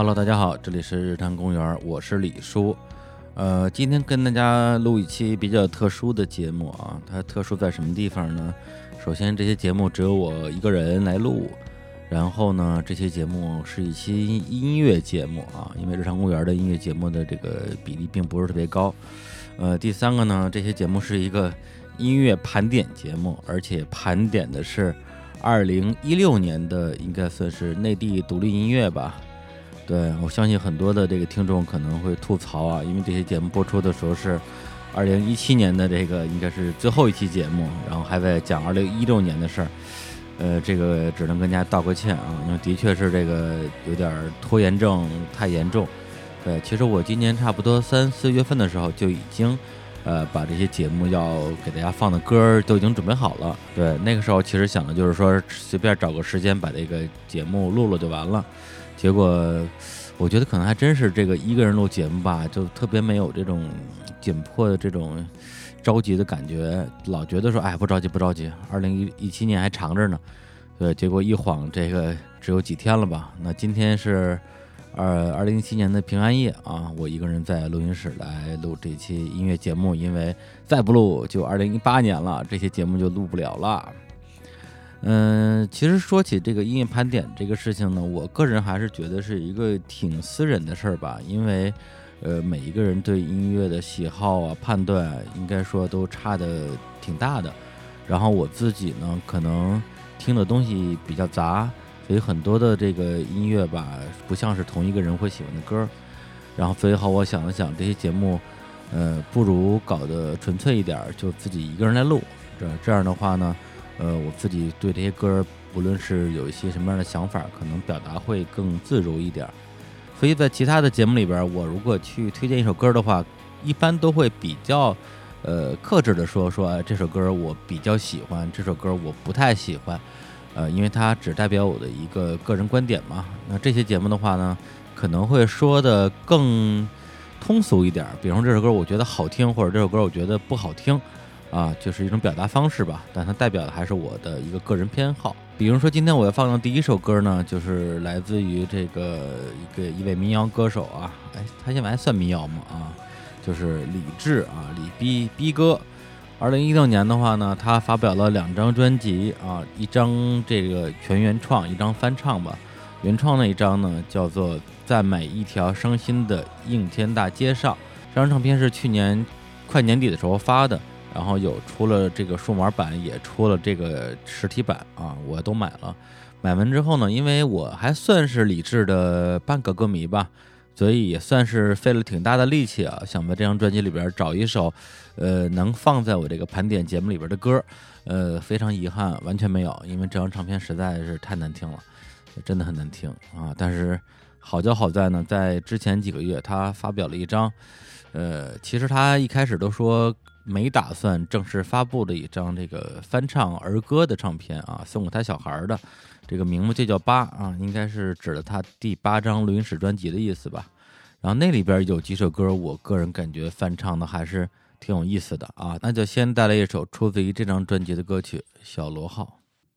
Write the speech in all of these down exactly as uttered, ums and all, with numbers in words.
Hello， 大家好，这里是日坛公园，我是李叔。呃，今天跟大家录一期比较特殊的节目啊，它特殊在什么地方呢？首先，这些节目只有我一个人来录，然后呢，这些节目是一期音乐节目啊，因为日坛公园的音乐节目的这个比例并不是特别高。呃，第三个呢，这些节目是一个音乐盘点节目，而且盘点的是二零一六年的，应该算是内地独立音乐吧。对，我相信很多的这个听众可能会吐槽啊，因为这些节目播出的时候是二零一七年的这个应该是最后一期节目，然后还在讲二零一六年的事儿。呃，这个只能跟大家道个歉啊，因为的确是这个有点拖延症太严重。对，其实我今年差不多三四月份的时候就已经呃把这些节目要给大家放的歌都已经准备好了。对，那个时候其实想的就是说随便找个时间把这个节目录了就完了。结果我觉得可能还真是这个一个人录节目吧，就特别没有这种紧迫的这种着急的感觉，老觉得说哎不着急不着急，二零一七年还长着呢。对，结果一晃这个只有几天了吧。那今天是呃二零一七年的平安夜啊，我一个人在录音室来录这期音乐节目，因为再不录就二零一八年了，这些节目就录不了了。嗯，其实说起这个音乐盘点这个事情呢，我个人还是觉得是一个挺私人的事儿吧，因为呃每一个人对音乐的喜好啊判断啊应该说都差的挺大的。然后我自己呢可能听的东西比较杂，所以很多的这个音乐吧不像是同一个人会喜欢的歌。然后所以好我想了想，这些节目呃不如搞得纯粹一点，就自己一个人来录。这这样的话呢呃，我自己对这些歌，无论是有一些什么样的想法，可能表达会更自如一点。所以在其他的节目里边，我如果去推荐一首歌的话，一般都会比较，呃，克制的说说，哎，这首歌我比较喜欢，这首歌我不太喜欢，呃，因为它只代表我的一个个人观点嘛。那这些节目的话呢，可能会说的更通俗一点，比方说这首歌我觉得好听，或者这首歌我觉得不好听。啊，就是一种表达方式吧，但它代表的还是我的一个个人偏好。比如说今天我要放的第一首歌呢，就是来自于这个一个一位民谣歌手啊，哎，他现在还算民谣吗？啊，就是李志啊，李逼逼哥。二零一六年的话呢，他发表了两张专辑啊，一张这个全原创，一张翻唱吧。原创那一张呢，叫做《在每一条伤心的应天大街上》。这张唱片是去年快年底的时候发的。然后有出了这个数码版，也出了这个实体版啊，我都买了。买完之后呢，因为我还算是李志的半个歌迷吧，所以也算是费了挺大的力气啊，想在这张专辑里边找一首，呃，能放在我这个盘点节目里边的歌。呃，非常遗憾，完全没有，因为这张唱片实在是太难听了，真的很难听啊。但是好就好在呢，在之前几个月，他发表了一张，呃，其实他一开始都说没打算正式发布的一张这个翻唱儿歌的唱片啊，送给他小孩的，这个名字就叫八啊，应该是指了他第八张录音室专辑的意思吧。然后那里边有几首歌，我个人感觉翻唱的还是挺有意思的啊。那就先带来一首出自于这张专辑的歌曲《小螺号》。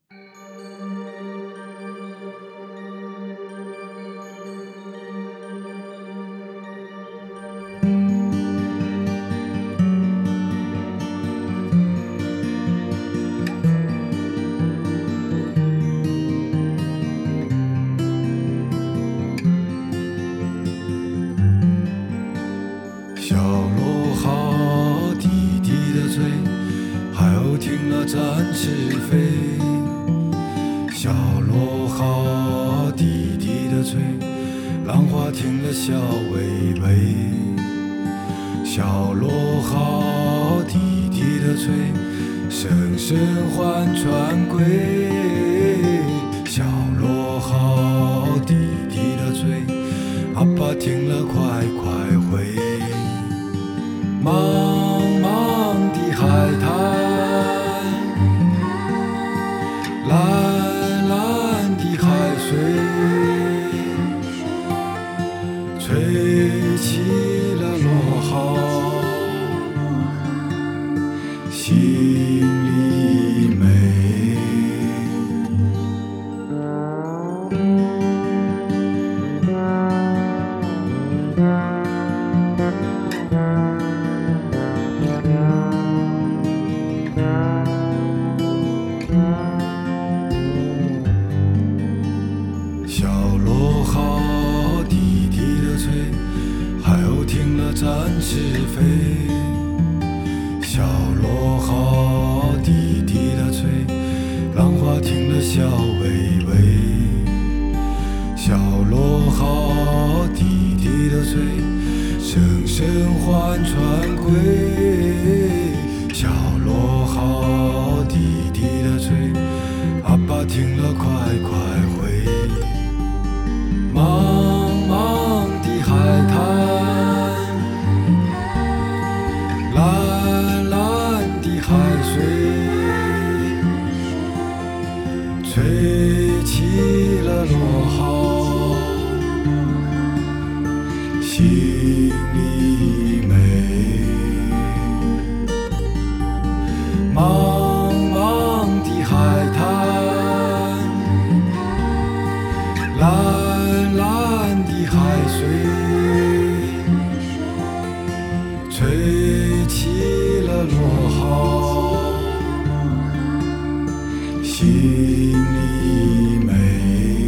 展翅飞，小螺号滴滴的吹，浪花听了笑微微。小螺号滴滴的吹，声声唤船归。小螺号滴滴的吹，阿爸听了快快回。茫茫的海滩，蓝蓝的海水，吹起了螺号，心里美。 展翅飞，小螺号低低的吹，浪花听了笑微微，小螺号低低的吹，声声唤船归，小螺号低低的吹，阿爸听了快快回，茫茫的海滩，蓝蓝的海水，吹起了螺号，心里美。茫茫的海滩，蓝蓝的海水，吹起了螺号，心里美。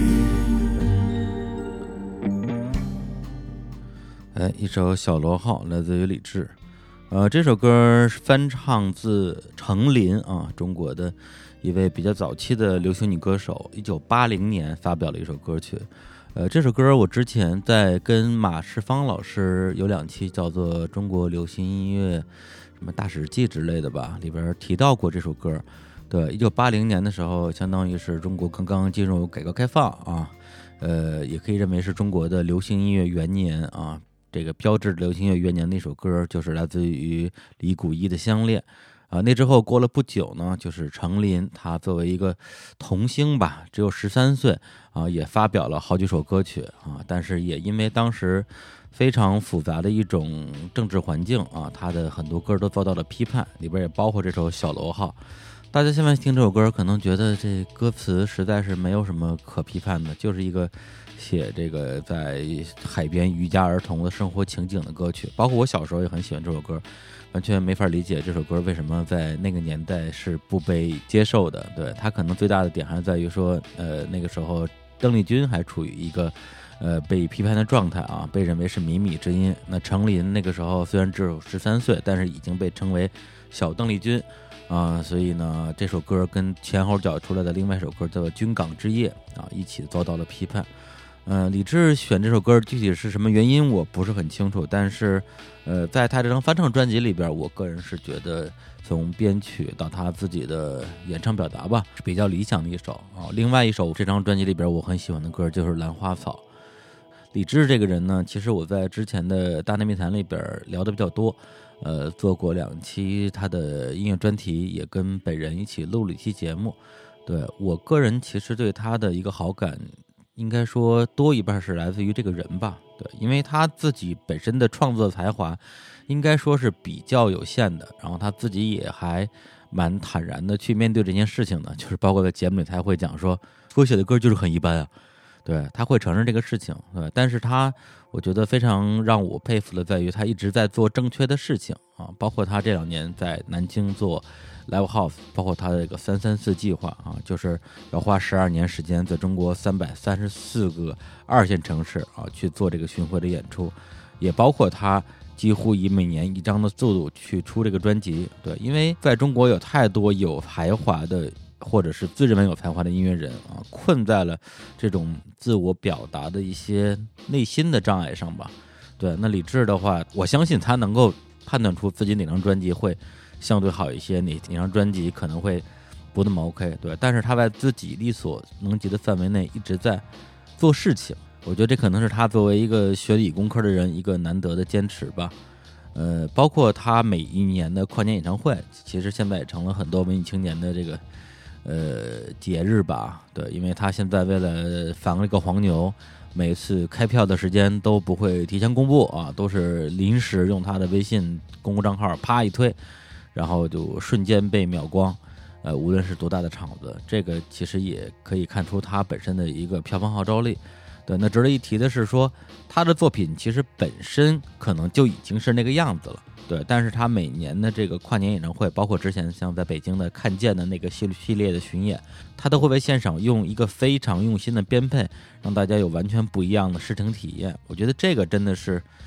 哎，一首《小螺号》来自于李志。呃，这首歌翻唱自程琳啊，中国的一位比较早期的流行女歌手，一九八零年发表了一首歌曲。呃，这首歌我之前在跟马世芳老师有两期叫做《中国流行音乐什么大史记》之类的吧，里边提到过这首歌。对，一九八零年的时候，相当于是中国刚刚进入改革开放啊，呃，也可以认为是中国的流行音乐元年啊。这个标志流行音乐元年的一首歌，就是来自于李谷一的《相恋》啊。那之后过了不久呢，就是程琳，她作为一个童星吧，只有十三岁啊，也发表了好几首歌曲啊。但是也因为当时非常复杂的一种政治环境啊，她的很多歌都遭到了批判，里边也包括这首《小螺号》。大家现在听这首歌，可能觉得这歌词实在是没有什么可批判的，就是一个写这个在海边渔家儿童的生活情景的歌曲。包括我小时候也很喜欢这首歌，完全没法理解这首歌为什么在那个年代是不被接受的。对，它可能最大的点还在于说，呃，那个时候邓丽君还处于一个呃被批判的状态啊，被认为是靡靡之音。那程琳那个时候虽然只有十三岁，但是已经被称为小邓丽君。啊、呃，所以呢，这首歌跟前后脚出来的另外一首歌叫做《军港之夜》啊，一起遭到了批判。呃，李志选这首歌具体是什么原因我不是很清楚，但是，呃，在他这张翻唱专辑里边，我个人是觉得从编曲到他自己的演唱表达吧，是比较理想的一首啊。另外一首这张专辑里边我很喜欢的歌就是《兰花草》。李志这个人呢，其实我在之前的大内密谈里边聊的比较多。呃，做过两期他的音乐专题，也跟北人一起录了一期节目。对，我个人其实对他的一个好感，应该说多一半是来自于这个人吧。对，因为他自己本身的创作才华，应该说是比较有限的。然后他自己也还蛮坦然的去面对这件事情的，就是包括在节目里他会讲说，我写的歌就是很一般啊。对，他会承认这个事情，对，但是他我觉得非常让我佩服的在于他一直在做正确的事情啊，包括他这两年在南京做 Live House， 包括他的这个三三四计划啊，就是要花十二年时间在中国三百三十四个二线城市啊去做这个巡回的演出，也包括他几乎以每年一张的速度去出这个专辑。对，因为在中国有太多有才华的或者是自认为有才华的音乐人啊，困在了这种自我表达的一些内心的障碍上吧。对，那李志的话，我相信他能够判断出自己哪张专辑会相对好一些，哪哪张专辑可能会不那么 OK。对，但是他在自己力所能及的范围内一直在做事情，我觉得这可能是他作为一个学理工科的人一个难得的坚持吧。呃，包括他每一年的跨年演唱会，其实现在也成了很多文艺青年的这个呃节日吧。对，因为他现在为了防这个黄牛，每次开票的时间都不会提前公布啊，都是临时用他的微信公共账号啪一推，然后就瞬间被秒光。呃，无论是多大的场子，这个其实也可以看出他本身的一个票房号召力。对，那值得一提的是说，他的作品其实本身可能就已经是那个样子了。对，但是他每年的这个跨年演唱会，包括之前像在北京的看见的那个系系列的巡演，他都会在现场用一个非常用心的编配，让大家有完全不一样的视听体验。我觉得这个真的是，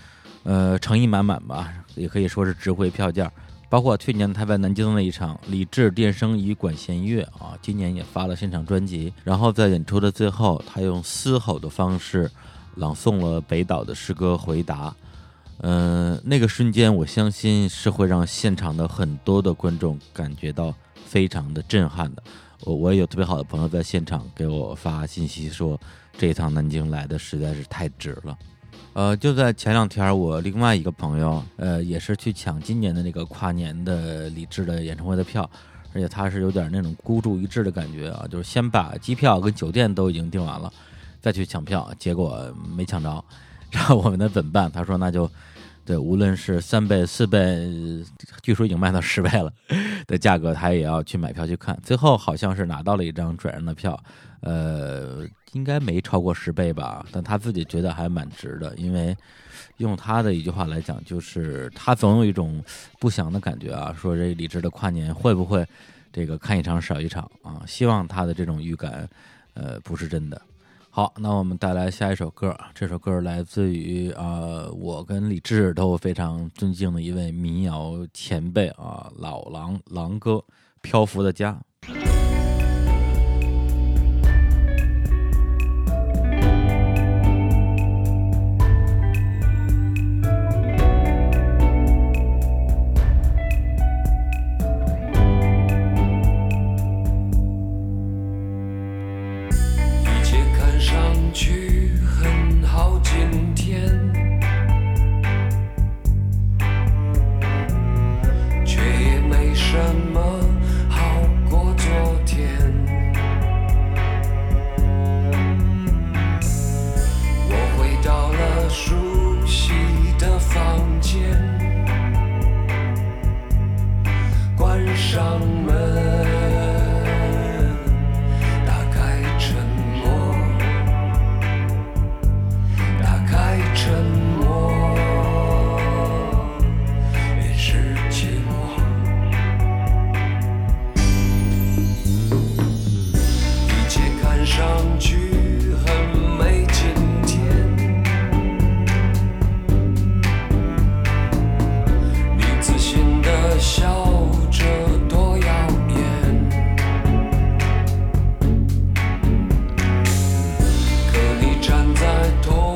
呃，诚意满满吧，也可以说是值回票价。包括去年他在南京的那一场李志电声与管弦乐啊，今年也发了现场专辑。然后在演出的最后，他用嘶吼的方式朗诵了北岛的诗歌《回答》。嗯、呃，那个瞬间，我相信是会让现场的很多的观众感觉到非常的震撼的。我我也有特别好的朋友在现场给我发信息说，这一趟南京来的实在是太值了。呃，就在前两天，我另外一个朋友，呃，也是去抢今年的那个跨年的李志的演唱会的票，而且他是有点那种孤注一掷的感觉啊，就是先把机票跟酒店都已经订完了，再去抢票，结果没抢着。然后我们的怎么办？他说那就，对，无论是三倍、四倍，据说已经卖到十倍了的价格，他也要去买票去看。最后好像是拿到了一张转让的票，呃。应该没超过十倍吧，但他自己觉得还蛮值的，因为用他的一句话来讲，就是他总有一种不祥的感觉啊，说这李志的跨年会不会这个看一场少一场啊？希望他的这种预感，呃，不是真的。好，那我们带来下一首歌，这首歌来自于啊、呃，我跟李志都非常尊敬的一位民谣前辈啊，老狼狼哥，《漂浮的家》。 去很好今天，却也没什么好过昨天。我回到了熟悉的房间，关上门，沉默，也是寂寞。一切看上去很没今天，你自信地笑着多耀眼，可你站在同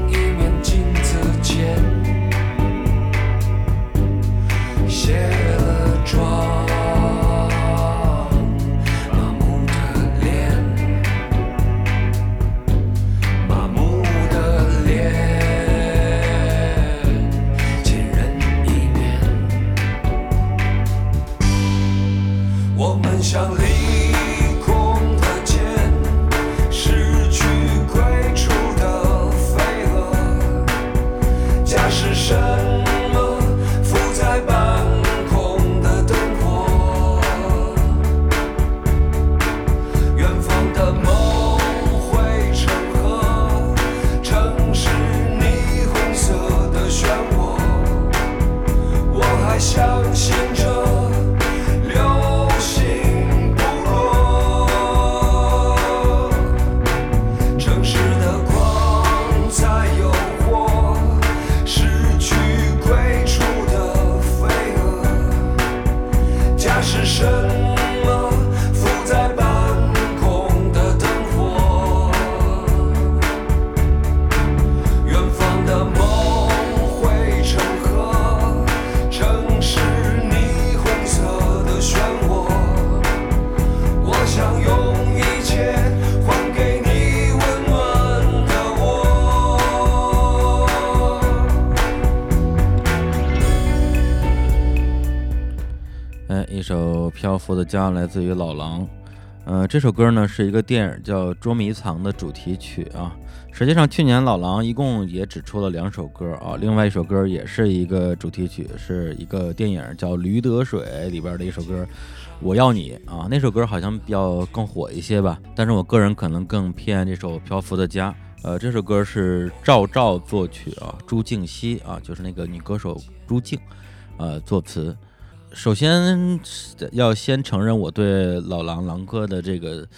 卸了妆，麻木的脸，麻木的脸，见人一面。我们像离空的箭，失去归处的飞蛾，假使什么浮在半空的灯火，远方的梦会成河，城市霓虹色的漩涡，我还相信着流星不落，城市的光在诱惑，失去归处的飞蛾，假使什么浮在半空的灯火，远方的梦会成河，城市霓虹色的漩涡，我想用一切还给你温暖的我。 哎，一首《漂浮的家》来自于老狼。呃，这首歌呢是一个电影叫《捉迷藏》的主题曲啊。实际上去年老狼一共也只出了两首歌啊，另外一首歌也是一个主题曲，是一个电影叫《驴得水》里边的一首歌《我要你》啊。那首歌好像比较更火一些吧，但是我个人可能更偏这首《漂浮的家》。呃，这首歌是赵照作曲啊，朱静熙啊，就是那个女歌手朱静，呃，作词。首先要先承认我对老狼狼哥的这个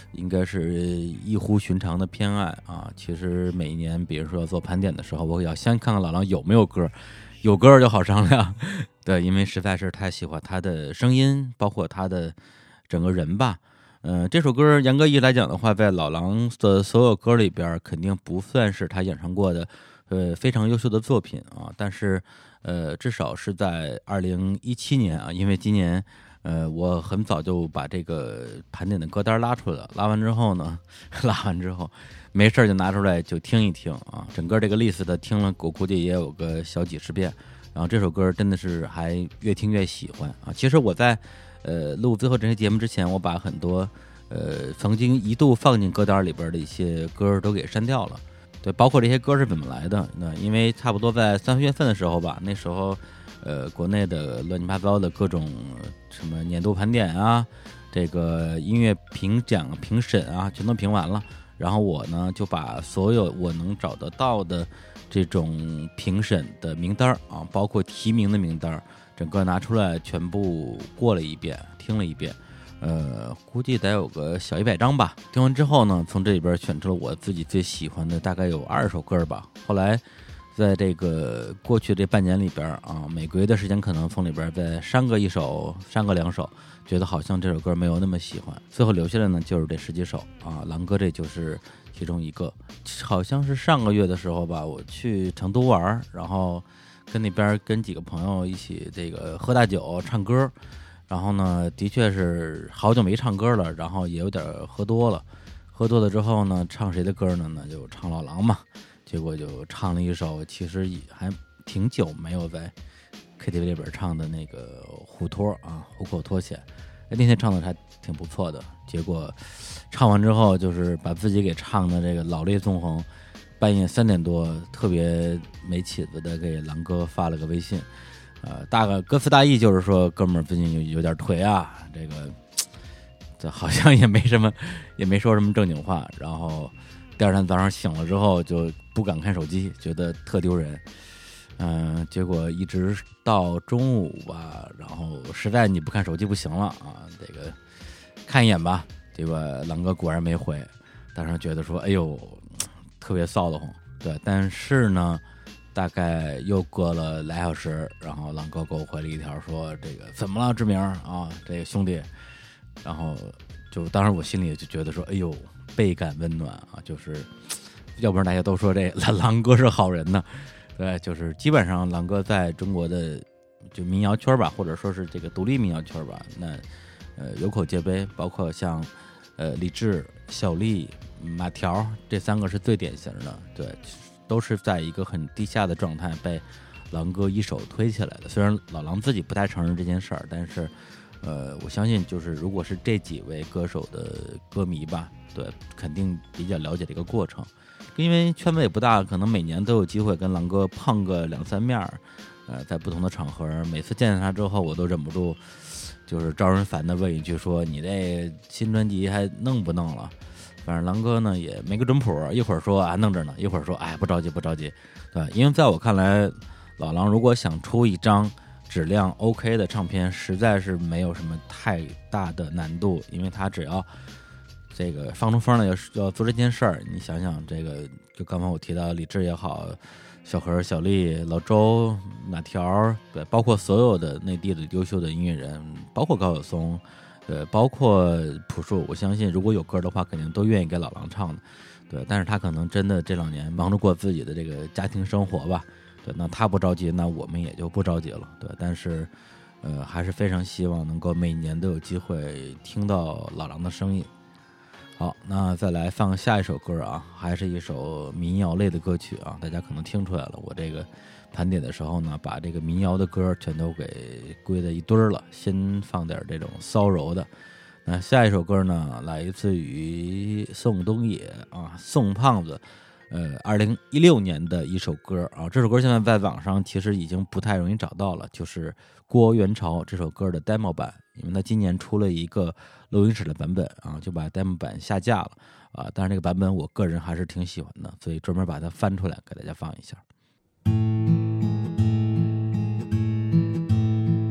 应该是异乎寻常的偏爱啊。其实每一年比如说做盘点的时候，我要先看看老狼有没有歌，有歌就好商量。对，因为实在是太喜欢他的声音，包括他的整个人吧。嗯、呃，这首歌严格意义来讲的话，在老狼的所有歌里边肯定不算是他演唱过的呃非常优秀的作品啊，但是呃至少是在二零一七年啊，因为今年呃我很早就把这个盘点的歌单拉出来了，拉完之后呢，拉完之后没事就拿出来就听一听啊，整个这个 list 的听了我估计也有个小几十遍，然后这首歌真的是还越听越喜欢啊。其实我在呃录最后这些节目之前，我把很多呃曾经一度放进歌单里边的一些歌都给删掉了。对，包括这些歌是怎么来的？那因为差不多在三四月份的时候吧，那时候呃国内的乱七八糟的各种什么年度盘点啊，这个音乐评奖评审啊，全都评完了。然后我呢就把所有我能找得到的这种评审的名单啊，包括提名的名单，整个拿出来全部过了一遍，听了一遍，呃，估计得有个小一百张吧。听完之后呢，从这里边选出了我自己最喜欢的，大概有二十首歌吧。后来在这个过去这半年里边啊，每个月的时间可能从里边再删个一首，删个两首，觉得好像这首歌没有那么喜欢，最后留下来呢就是这十几首啊。狼哥这就是其中一个。好像是上个月的时候吧，我去成都玩，然后跟那边跟几个朋友一起这个喝大酒唱歌，然后呢的确是好久没唱歌了，然后也有点喝多了，喝多了之后呢，唱谁的歌呢？那就唱老狼嘛。结果就唱了一首其实还挺久没有在 K T V 里边唱的那个虎托啊，虎口脱险。那天唱的还挺不错的，结果唱完之后就是把自己给唱的这个老泪纵横，半夜三点多特别没起子的给狼哥发了个微信，呃，大概歌词大意就是说，哥们儿最近有有点颓啊，这个这好像也没什么，也没说什么正经话，然后第二天早上醒了之后就不敢看手机，觉得特丢人。嗯、呃，结果一直到中午吧，然后实在你不看手机不行了啊，这个看一眼吧。结果狼哥果然没回，当时觉得说，哎呦，特别臊得慌。对，但是呢，大概又过了俩小时，然后狼哥给我回了一条说，这个怎么了，志明啊，这个兄弟。然后就当时我心里就觉得说，哎呦，倍感温暖啊，就是要不然大家都说这狼哥是好人呢。对，就是基本上狼哥在中国的就民谣圈吧，或者说是这个独立民谣圈吧，那呃有口皆碑，包括像呃李志、小丽、马条这三个是最典型的，对，都是在一个很低下的状态被狼哥一手推起来的。虽然老狼自己不太承认这件事儿，但是呃我相信就是如果是这几位歌手的歌迷吧，对，肯定比较了解这个过程。因为圈子也不大，可能每年都有机会跟狼哥碰个两三面，呃，在不同的场合，每次见到他之后，我都忍不住就是招人烦的问一句说：“你这新专辑还弄不弄了？”反正狼哥呢也没个准谱，一会儿说啊弄着呢，一会儿说哎不着急不着急，对，因为在我看来，老狼如果想出一张质量 OK 的唱片，实在是没有什么太大的难度，因为他只要这个放出风来要要做这件事儿，你想想这个，就刚才我提到李志也好，小何、小丽、老周、马条，对，包括所有的内地的优秀的音乐人，包括高晓松，对，包括朴树，我相信如果有歌的话，肯定都愿意给老狼唱的，对，但是他可能真的这两年忙着过自己的这个家庭生活吧，对，那他不着急，那我们也就不着急了，对，但是呃，还是非常希望能够每年都有机会听到老狼的声音。好，那再来放下一首歌啊，还是一首民谣类的歌曲啊。大家可能听出来了，我这个盘点的时候呢，把这个民谣的歌全都给归在一堆儿了。先放点这种骚柔的。那下一首歌呢，来自于宋冬野啊，宋胖子，呃，二零一六年的一首歌啊。这首歌现在在网上其实已经不太容易找到了，就是郭元潮这首歌的 demo 版，因为他今年出了一个录音室的版本啊，就把 demo 版下架了啊。但是这个版本我个人还是挺喜欢的，所以专门把它翻出来给大家放一下。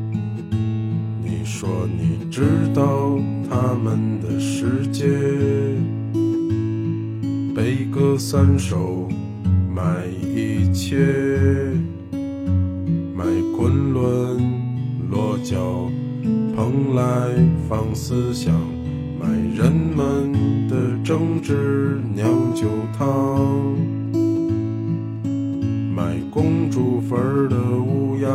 你说你知道他们的世界， 三手买一切，买昆仑落脚蓬莱放思想，买人们的政治酿酒汤，买公主坟的乌鸦，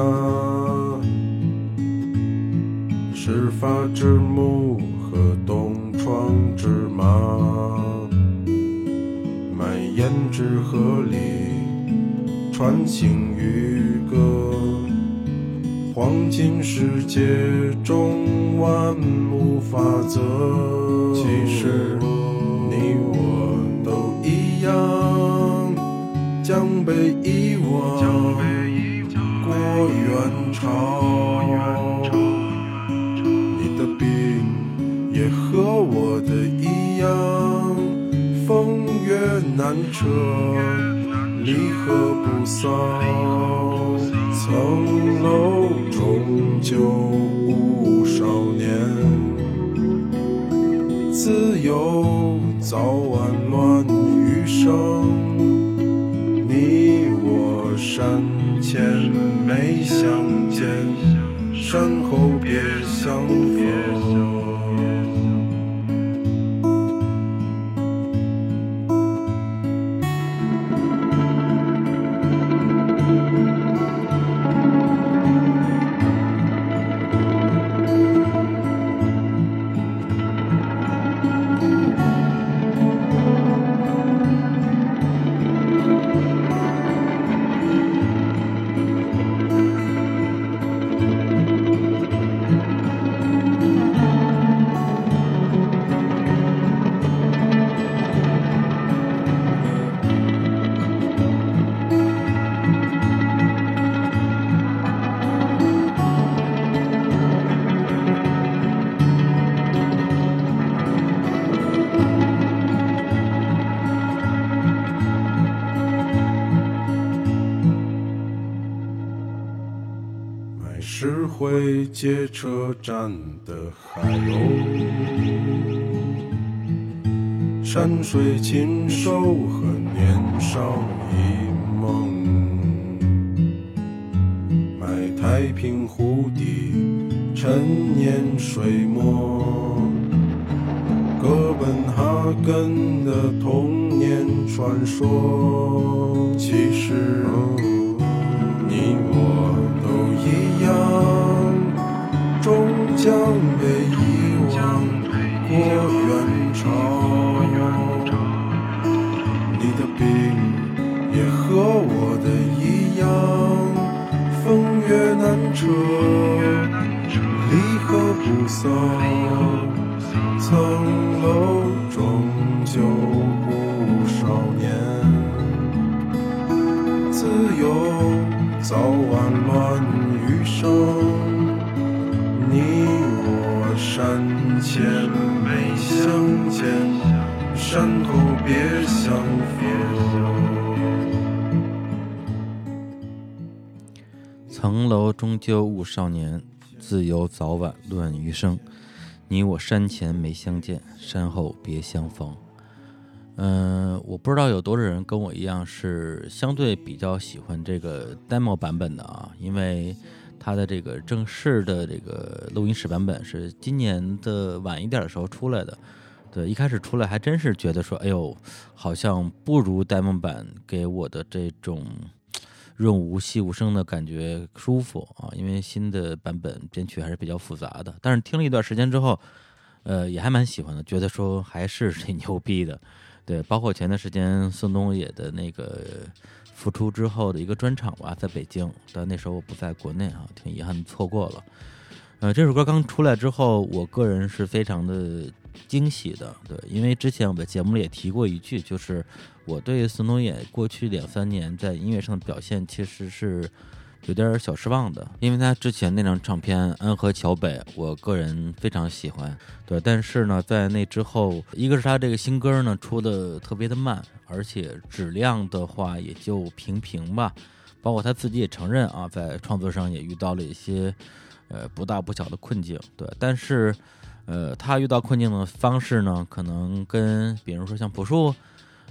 始发之木和东窗之马，买胭脂河里传情渔歌，黄金世界中万物法则，其实你我都一样，将被遗忘过元朝，你的病也和我的一样，风月难测，离合不骚，层楼终究误少年，自由早晚乱余生，你我山前没相见，山后别相逢。石灰街车站的海鸥，山水禽兽和年少一梦，买太平湖底陈年水墨，哥本哈根的童年传说，其实你我都一样，终将被遗忘过元朝，你的病也和我的一样，风月难测，离合不骚，层楼终究误少年，自由早晚乱余生，你我山前没相见，山后别相逢。 层楼终究误少年，自由早晚乱余生，你我山前没相见，山后别相逢。嗯、呃，我不知道有多少人跟我一样是相对比较喜欢这个 demo 版本的啊，因为它的这个正式的这个录音室版本是今年的晚一点的时候出来的。对，一开始出来还真是觉得说，哎呦，好像不如 demo 版给我的这种润物细无声的感觉舒服啊，因为新的版本编曲还是比较复杂的。但是听了一段时间之后，呃，也还蛮喜欢的，觉得说还是挺牛逼的。对，包括前段时间宋冬野的那个复出之后的一个专场吧，在北京，但那时候我不在国内啊，挺遗憾的错过了。呃，这首歌刚出来之后，我个人是非常的惊喜的，对，因为之前我的节目里也提过一句，就是我对宋冬野过去两三年在音乐上的表现其实是有点小失望的，因为他之前那张唱片《安河桥北》，我个人非常喜欢，对，但是呢，在那之后，一个是他这个新歌呢出的特别的慢，而且质量的话也就平平吧，包括他自己也承认啊，在创作上也遇到了一些呃不大不小的困境，对，但是呃他遇到困境的方式呢，可能跟比如说像朴树。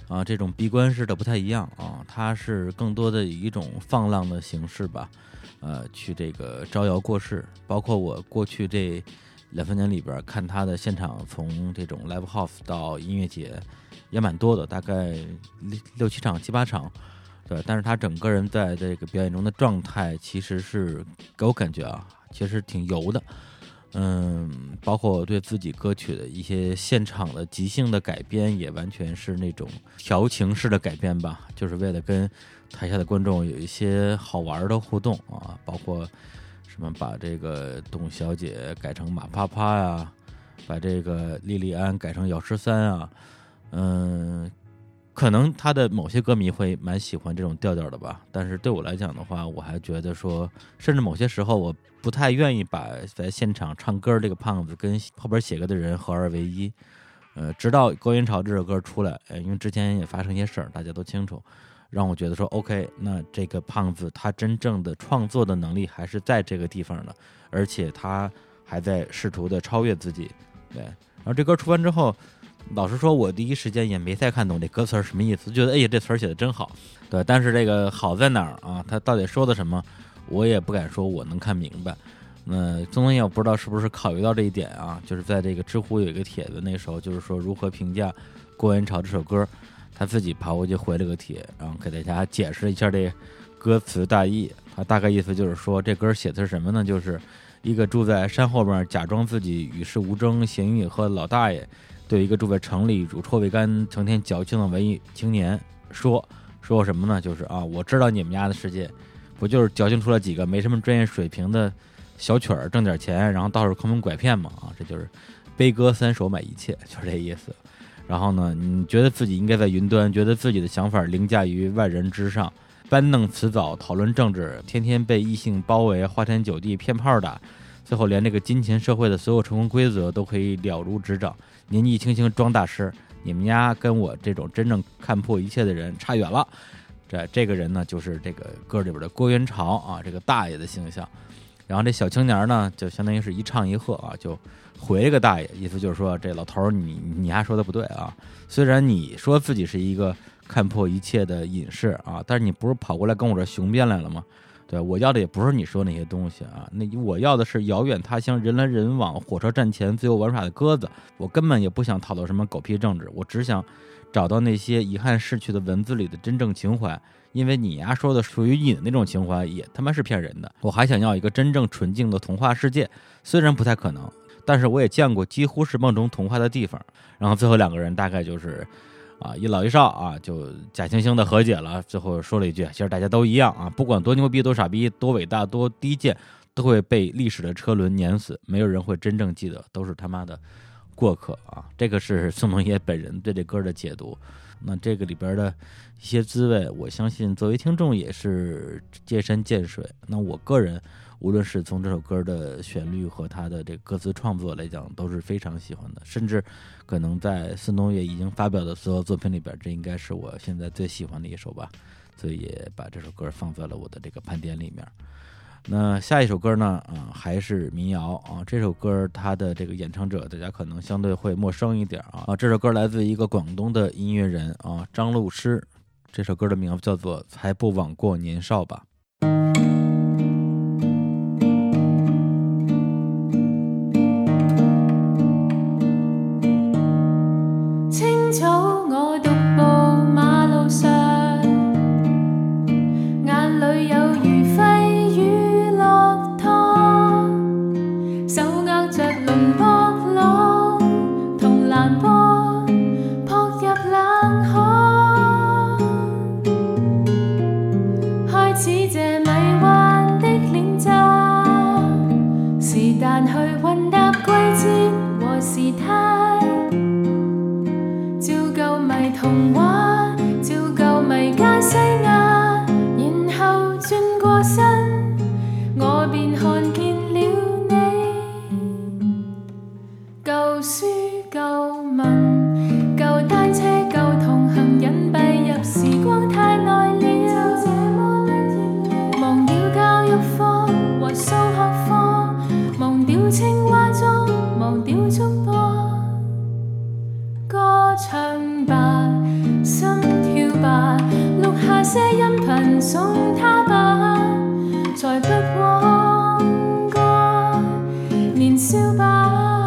啊，这种闭关式的不太一样啊，它是更多的以一种放浪的形式吧，呃，去这个招摇过市。包括我过去这两三年里边看他的现场，从这种 live house 到音乐节也蛮多的，大概六七场七八场，对。但是他整个人在这个表演中的状态，其实是给我感觉啊，其实挺油的。嗯，包括我对自己歌曲的一些现场的即兴的改编，也完全是那种调情式的改编吧，就是为了跟台下的观众有一些好玩的互动啊，包括什么把这个董小姐改成马啪啪呀，把这个莉莉安改成姚十三啊，嗯。可能他的某些歌迷会蛮喜欢这种调调的吧，但是对我来讲的话，我还觉得说，甚至某些时候我不太愿意把在现场唱歌这个胖子跟后边写歌的人合二为一。呃，直到《高原潮》这首歌出来，呃，因为之前也发生一些事儿，大家都清楚，让我觉得说 OK， 那这个胖子他真正的创作的能力还是在这个地方的，而且他还在试图的超越自己。对，然后这歌出完之后，老实说，我第一时间也没太看懂这歌词什么意思，觉得哎呀这词写的真好，对。但是这个好在哪儿啊？他到底说的什么，我也不敢说我能看明白。那宗宗也不知道是不是考虑到这一点啊？就是在这个知乎有一个帖子，那时候就是说如何评价《郭元潮》这首歌，他自己跑过去回了个帖，然后给大家解释一下这歌词大意。他大概意思就是说，这歌写的是什么呢？就是一个住在山后边，假装自己与世无争、闲云野鹤的老大爷。对一个住在城里乳臭未干成天矫情的文艺青年说说什么呢？就是啊，我知道你们家的世界不就是矫情出了几个没什么专业水平的小曲儿挣点钱，然后到处坑蒙拐骗嘛啊，这就是悲歌三首买一切，就是这意思。然后呢，你觉得自己应该在云端，觉得自己的想法凌驾于外人之上，搬弄辞藻讨论政治，天天被异性包围，花天酒地骗炮打，最后连这个金钱社会的所有成功规则都可以了如指掌。年纪轻轻装大师，你们家跟我这种真正看破一切的人差远了。这这个人呢，就是这个歌里边的郭元潮啊，这个大爷的形象。然后这小青年呢，就相当于是一唱一和啊，就回了个大爷，意思就是说，这老头你你还说的不对啊。虽然你说自己是一个看破一切的隐士啊，但是你不是跑过来跟我这雄辩来了吗？对，我要的也不是你说那些东西啊，那我要的是遥远他乡人来人往火车站前自由玩耍的鸽子。我根本也不想讨论什么狗屁政治，我只想找到那些遗憾逝去的文字里的真正情怀。因为你呀说的属于你的那种情怀也他妈是骗人的。我还想要一个真正纯净的童话世界，虽然不太可能，但是我也见过几乎是梦中童话的地方。然后最后两个人大概就是啊，一老一少啊，就假惺惺的和解了。最后说了一句，其实大家都一样啊，不管多牛逼、多傻逼、多伟大、多低贱，都会被历史的车轮碾死，没有人会真正记得，都是他妈的过客啊。这个是宋冬野本人对这歌的解读。那这个里边的一些滋味，我相信作为听众也是见山见水。那我个人无论是从这首歌的旋律和他的这个歌词创作来讲，都是非常喜欢的。甚至可能在孙东野已经发表的所有作品里边，这应该是我现在最喜欢的一首吧，所以也把这首歌放在了我的这个盘点里面。那下一首歌呢，啊，还是民谣啊。这首歌它的这个演唱者大家可能相对会陌生一点啊。啊，这首歌来自一个广东的音乐人啊，张露诗。这首歌的名字叫做《才不枉过年少吧》。 清早我獨步馬路上，眼裏有餘暉雨落湯，手握着龍波浪同藍波撲入冷海，開始這迷幻的練習，是但去混搭季節和時態。照舊迷童話，照舊迷加西亞，然後轉過身，我便看見了你。舊書舊文舊單車舊同行，隱蔽入時光太耐了，忘掉教育課和數學課，忘掉青蛙裝，忘掉觸播。歌唱吧，心下些音頻送他吧，才不枉過年少吧。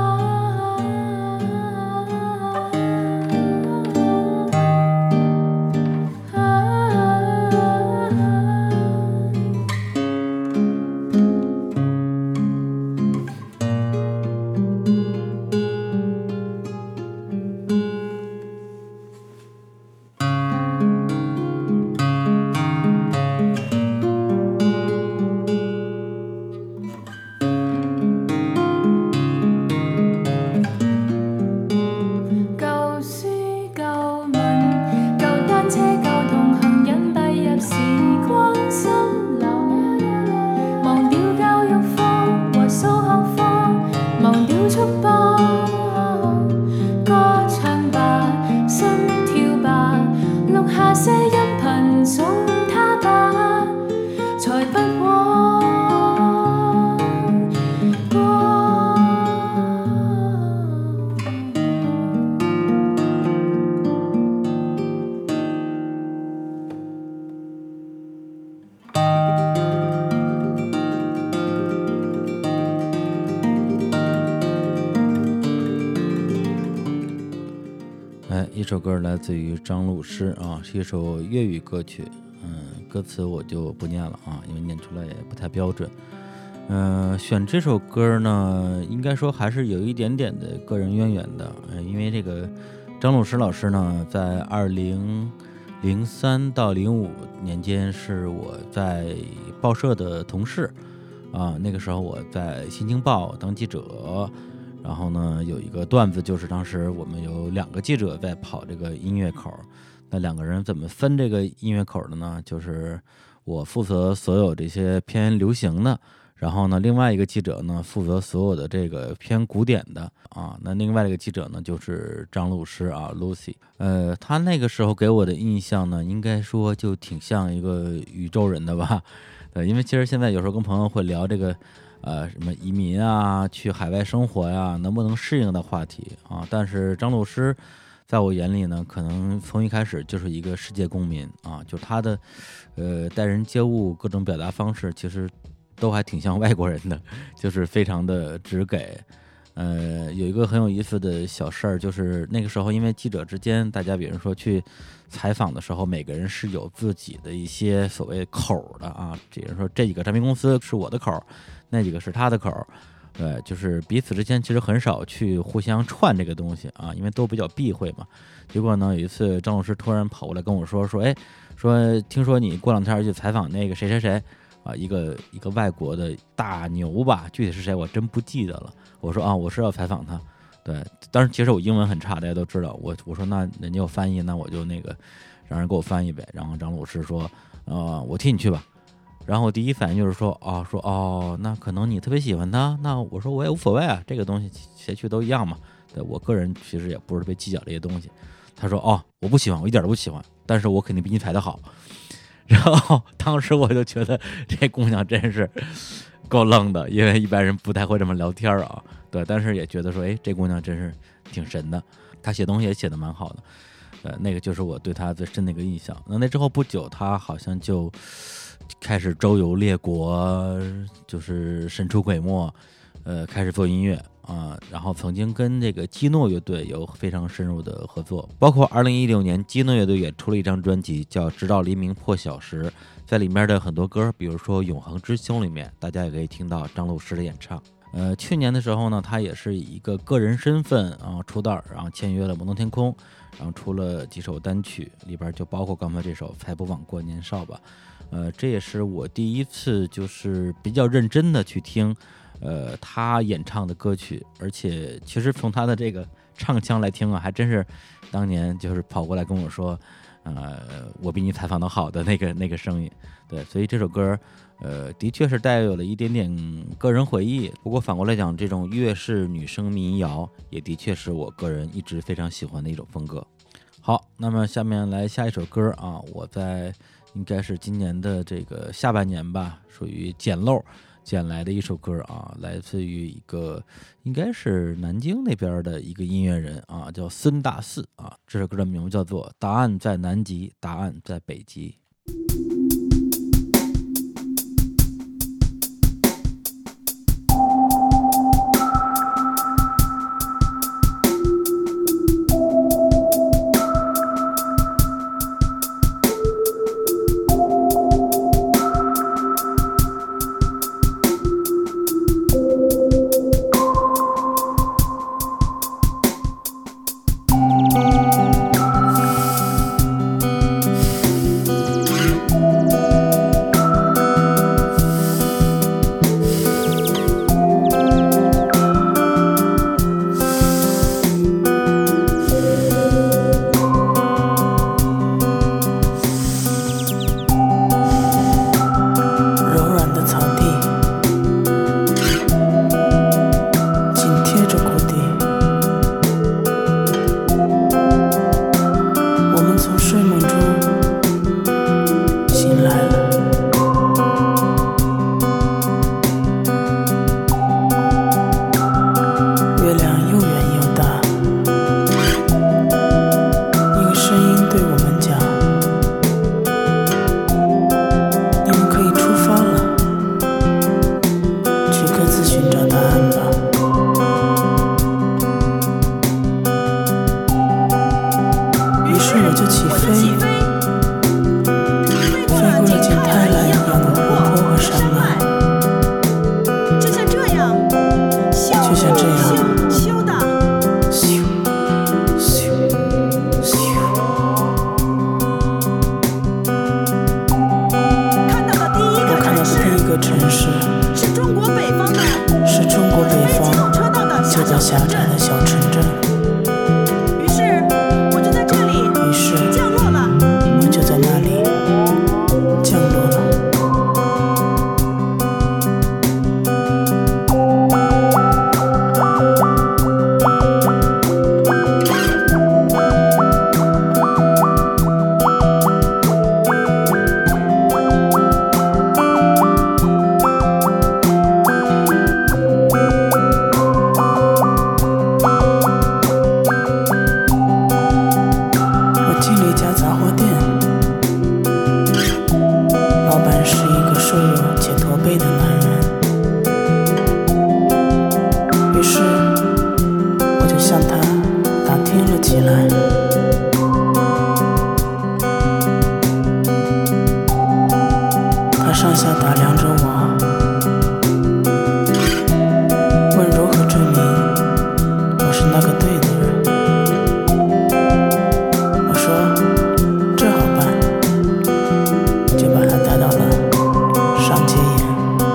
一首歌来自于张鲁诗啊，是一首粤语歌曲，嗯，歌词我就不念了啊，因为念出来也不太标准。嗯、呃，选这首歌呢，应该说还是有一点点的个人渊源的，呃、因为这个张鲁诗老师呢，在二零零三到零五年间是我在报社的同事啊，那个时候我在《新京报》当记者。然后呢，有一个段子，就是当时我们有两个记者在跑这个音乐口，那两个人怎么分这个音乐口的呢？就是我负责所有这些偏流行的，然后呢，另外一个记者呢负责所有的这个偏古典的啊。那另外一个记者呢就是张鲁诗啊 ，Lucy。呃，他那个时候给我的印象呢，应该说就挺像一个宇宙人的吧。对，因为其实现在有时候跟朋友会聊这个。呃，什么移民啊，去海外生活呀，能不能适应的话题啊？但是张鲁诗在我眼里呢，可能从一开始就是一个世界公民啊，就他的呃待人接物各种表达方式，其实都还挺像外国人的，就是非常的直给。呃，有一个很有意思的小事儿，就是那个时候因为记者之间，大家比如说去采访的时候，每个人是有自己的一些所谓口的啊，比如说这几个唱片公司是我的口，那几个是他的口，对，就是彼此之间其实很少去互相串这个东西啊，因为都比较避讳嘛。结果呢，有一次张老师突然跑过来跟我说说，哎，说听说你过两天去采访那个谁谁谁啊，一个一个外国的大牛吧，具体是谁我真不记得了。我说啊，我是要采访他，对，当时其实我英文很差，大家都知道。我我说那人家有翻译，那我就那个让人给我翻译呗。然后张老师说，呃，我替你去吧。然后我第一反应就是说，哦，说哦，那可能你特别喜欢他，那我说我也无所谓啊，这个东西谁去都一样嘛。对，我个人其实也不是特别计较这些东西。他说，哦，我不喜欢，我一点都不喜欢，但是我肯定比你排得好。然后当时我就觉得这姑娘真是够愣的，因为一般人不太会这么聊天啊。对，但是也觉得说，哎，这姑娘真是挺神的，她写东西也写得蛮好的。呃，那个就是我对她最深的一个印象。那那之后不久，她好像就开始周游列国，就是神出鬼没，呃，开始做音乐啊、呃。然后曾经跟这个基诺乐队有非常深入的合作，包括二零一六年基诺乐队也出了一张专辑叫《直到黎明破晓时》，在里面的很多歌，比如说《永恒之星》里面，大家也可以听到张鲁诗的演唱。呃，去年的时候呢，他也是以一个个人身份啊出道，然后签约了摩登天空，然后出了几首单曲，里边就包括刚才这首《才不枉过年少》吧。呃，这也是我第一次就是比较认真的去听，呃，他演唱的歌曲，而且其实从他的这个唱腔来听啊，还真是当年就是跑过来跟我说，呃，我比你采访的好的那个那个声音。对，所以这首歌。呃，的确是带有了一点点个人回忆，不过反过来讲，这种粤式女声民谣也的确是我个人一直非常喜欢的一种风格。好，那么下面来下一首歌啊，我在应该是今年的这个下半年吧，属于捡漏捡来的一首歌啊，来自于一个应该是南京那边的一个音乐人啊，叫孙大四啊，这首歌的名字叫做《答案在南极，答案在北极》。 我就起飞，飞过了景泰蓝一样的湖泊和山脉， 就像这样， 就像这样， 修的， 咻咻咻。 看到的第一我看到的个城市第一个城市是中国北方的是中国北机方动车道的就在狭窄的小城镇， 于是我就在这里于是降落了。 我就在那里降落了。我进了一家杂货店，老板是一个瘦弱且驼背的男人，于是我就向他打听了起来。他上下打量着我，问如何证明我是那个对的人。我说这好办，就把他带到了上街沿。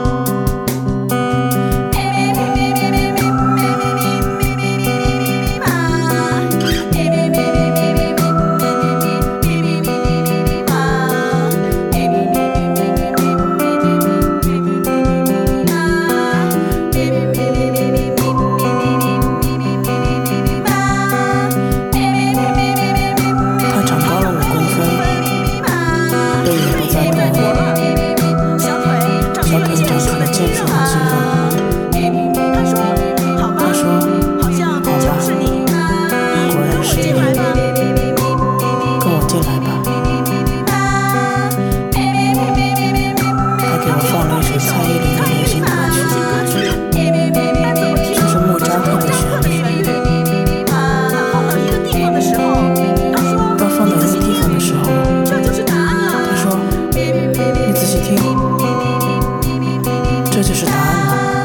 他长高了五公分，背影不再驼， 小腿长小腿出了健长出了硕的肌肉。 健硕的肌肉。 他说：“好吧， 他说好像就是你，你跟我果然是你， 进来吧。” 跟我进来吧。他给我放了一首蔡依林的流行歌曲， 歌曲，但怎么听这是莫扎特的旋律。 旋律？当放到一个地方的时候，他说当放到一个地方的时候， 这就是答案了。 他说你仔细听，这就是答案了。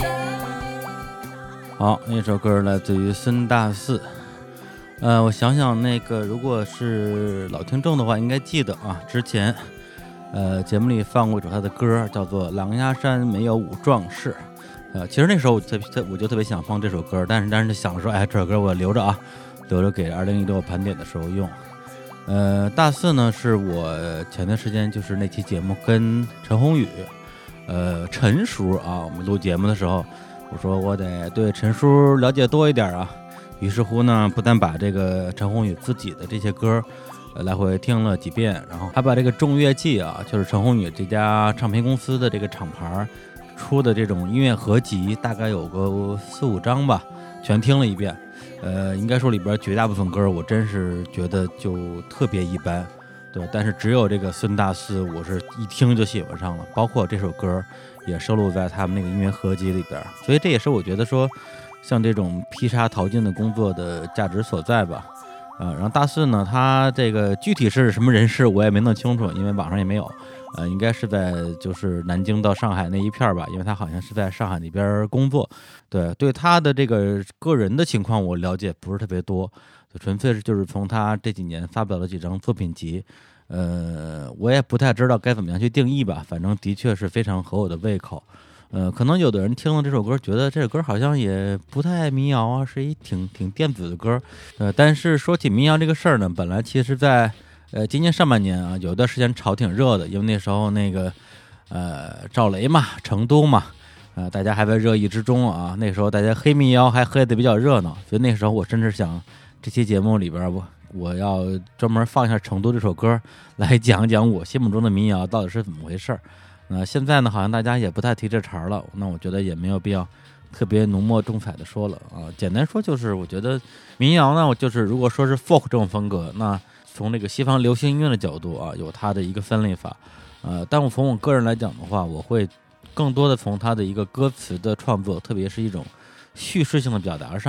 好，那首歌来自于孙大四。呃，我想想，那个如果是老听众的话，应该记得啊，之前呃节目里放过一首他的歌，叫做《狼牙山没有五壮士》。呃，其实那时候我特特我就特别想放这首歌，但是但是想说，哎，这首歌我留着啊，留着给二零一六盘点的时候用。呃，大四呢是我前段时间就是那期节目跟陈宏宇，呃，陈叔啊，我们录节目的时候，我说我得对陈叔了解多一点啊。于是乎呢，不但把这个陈宏宇自己的这些歌，呃，来回听了几遍，然后还把这个众乐记啊，就是陈宏宇这家唱片公司的这个厂牌出的这种音乐合集，大概有个四五张吧，全听了一遍。呃，应该说里边绝大部分歌我真是觉得就特别一般，对，但是只有这个孙大四，我是一听就喜欢上了，包括这首歌也收录在他们那个音乐合集里边，所以这也是我觉得说，像这种劈沙淘金的工作的价值所在吧。呃，然后大四呢，他这个具体是什么人士我也没弄清楚，因为网上也没有。呃，应该是在就是南京到上海那一片吧，因为他好像是在上海那边工作。对，对他的这个个人的情况我了解不是特别多，纯粹是就是从他这几年发表了几张作品集。呃，我也不太知道该怎么样去定义吧，反正的确是非常合我的胃口。呃，可能有的人听了这首歌，觉得这首歌好像也不太民谣啊，是一挺挺电子的歌。呃，但是说起民谣这个事儿呢，本来其实在呃今年上半年啊，有段时间炒挺热的，因为那时候那个呃赵雷嘛，成都嘛，呃大家还在热议之中啊。那时候大家黑民谣还黑得比较热闹，所以那时候我甚至想这期节目里边我我要专门放一下成都这首歌，来讲讲我心目中的民谣到底是怎么回事儿。那、呃、现在呢，好像大家也不太提这茬了，那我觉得也没有必要特别浓墨重彩的说了啊。简单说就是，我觉得民谣呢，就是如果说是 folk 这种风格，那从这个西方流行音乐的角度啊，有它的一个分类法。呃，但我从我个人来讲的话，我会更多的从它的一个歌词的创作，特别是一种叙事性的表达上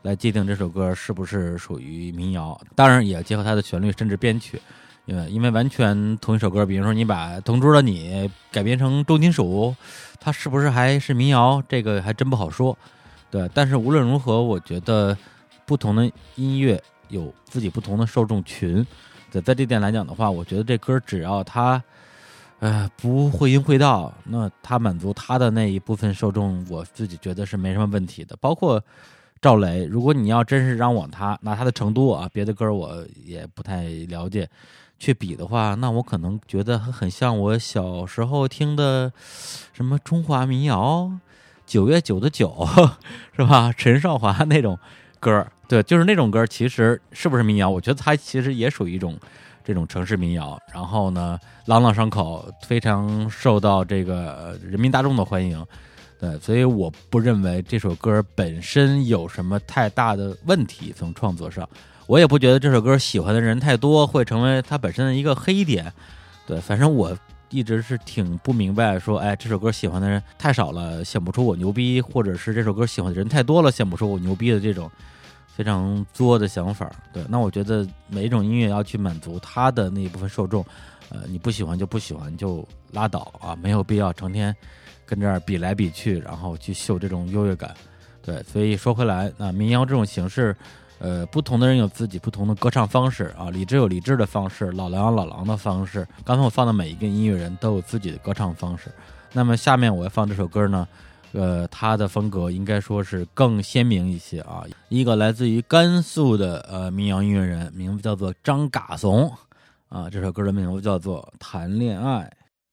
来界定这首歌是不是属于民谣，当然也结合它的旋律甚至编曲。因为因为完全同一首歌，比如说你把《同桌的你》改编成重金属，它是不是还是民谣？这个还真不好说。对，但是无论如何，我觉得不同的音乐有自己不同的受众群。对，在这点来讲的话，我觉得这歌只要它呃不会音会道，那它满足它的那一部分受众，我自己觉得是没什么问题的。包括赵雷，如果你要真是让我他拿他的成都啊，别的歌我也不太了解去比的话，那我可能觉得很像我小时候听的什么中华民谣九月九的九是吧，陈少华那种歌。对，就是那种歌，其实是不是民谣，我觉得它其实也属于一种这种城市民谣，然后呢朗朗上口，非常受到这个人民大众的欢迎。对，所以我不认为这首歌本身有什么太大的问题，从创作上我也不觉得这首歌喜欢的人太多会成为它本身的一个黑点。对，反正我一直是挺不明白说，哎，这首歌喜欢的人太少了显不出我牛逼，或者是这首歌喜欢的人太多了显不出我牛逼的这种非常作的想法。对，那我觉得每一种音乐要去满足它的那一部分受众，呃，你不喜欢就不喜欢就拉倒啊，没有必要成天跟这儿比来比去，然后去秀这种优越感。对，所以说回来，那民谣这种形式呃，不同的人有自己不同的歌唱方式啊，李志有李志的方式，老狼有老狼的方式。刚才我放的每一个音乐人都有自己的歌唱方式。那么下面我要放这首歌呢，呃，他的风格应该说是更鲜明一些啊。一个来自于甘肃的呃民谣音乐人，名字叫做张嘎怂啊，这首歌的名字叫做《谈恋爱》。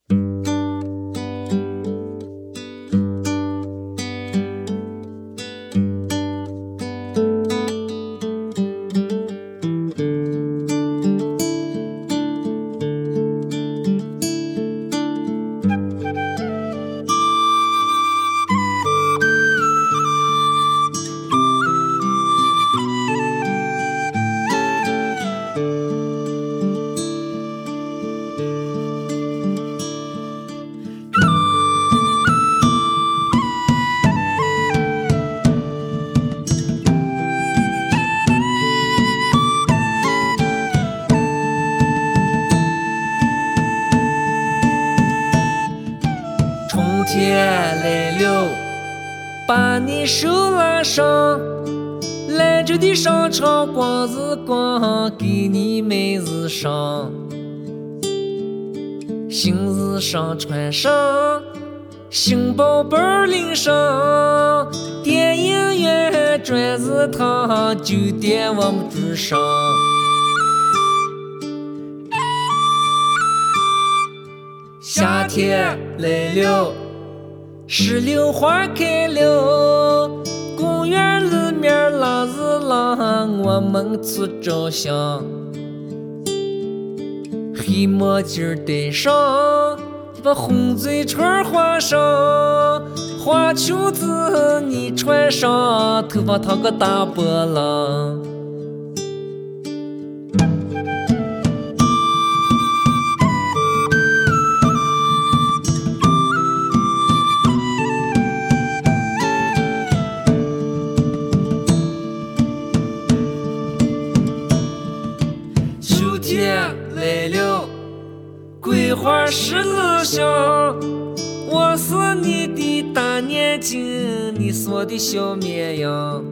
把你手拉上，兰州的商场光是光，给你妹子上，新衣裳穿上，新包包拎上，电影院转日堂，酒店我们住上。夏天来了，石榴花开了，公园里面拉日郎，我们去照相。黑墨镜戴上，把红嘴唇画上，花裙子你穿上，头发烫个大波浪。来了，桂花十里香，我是你的大眼睛，你是我的小绵羊。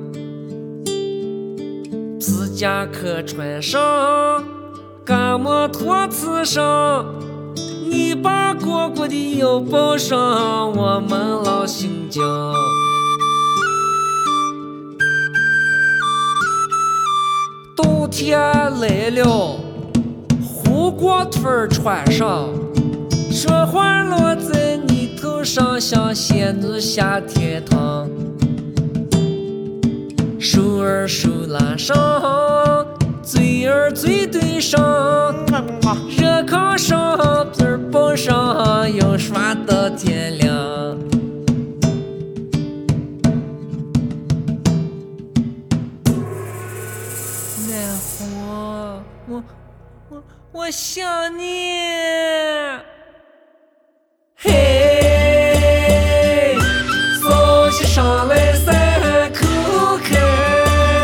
皮夹克穿上，嘎摩托刺上，你把果果的腰抱上，我们老新疆。冬天来了，护国腿穿上，说话落在你头上，像仙女下天堂。手儿手拉上，嘴儿嘴对上，热炕上皮儿抱上，要耍到天亮。南湖，我我我想你。嘿，早起上来三口开，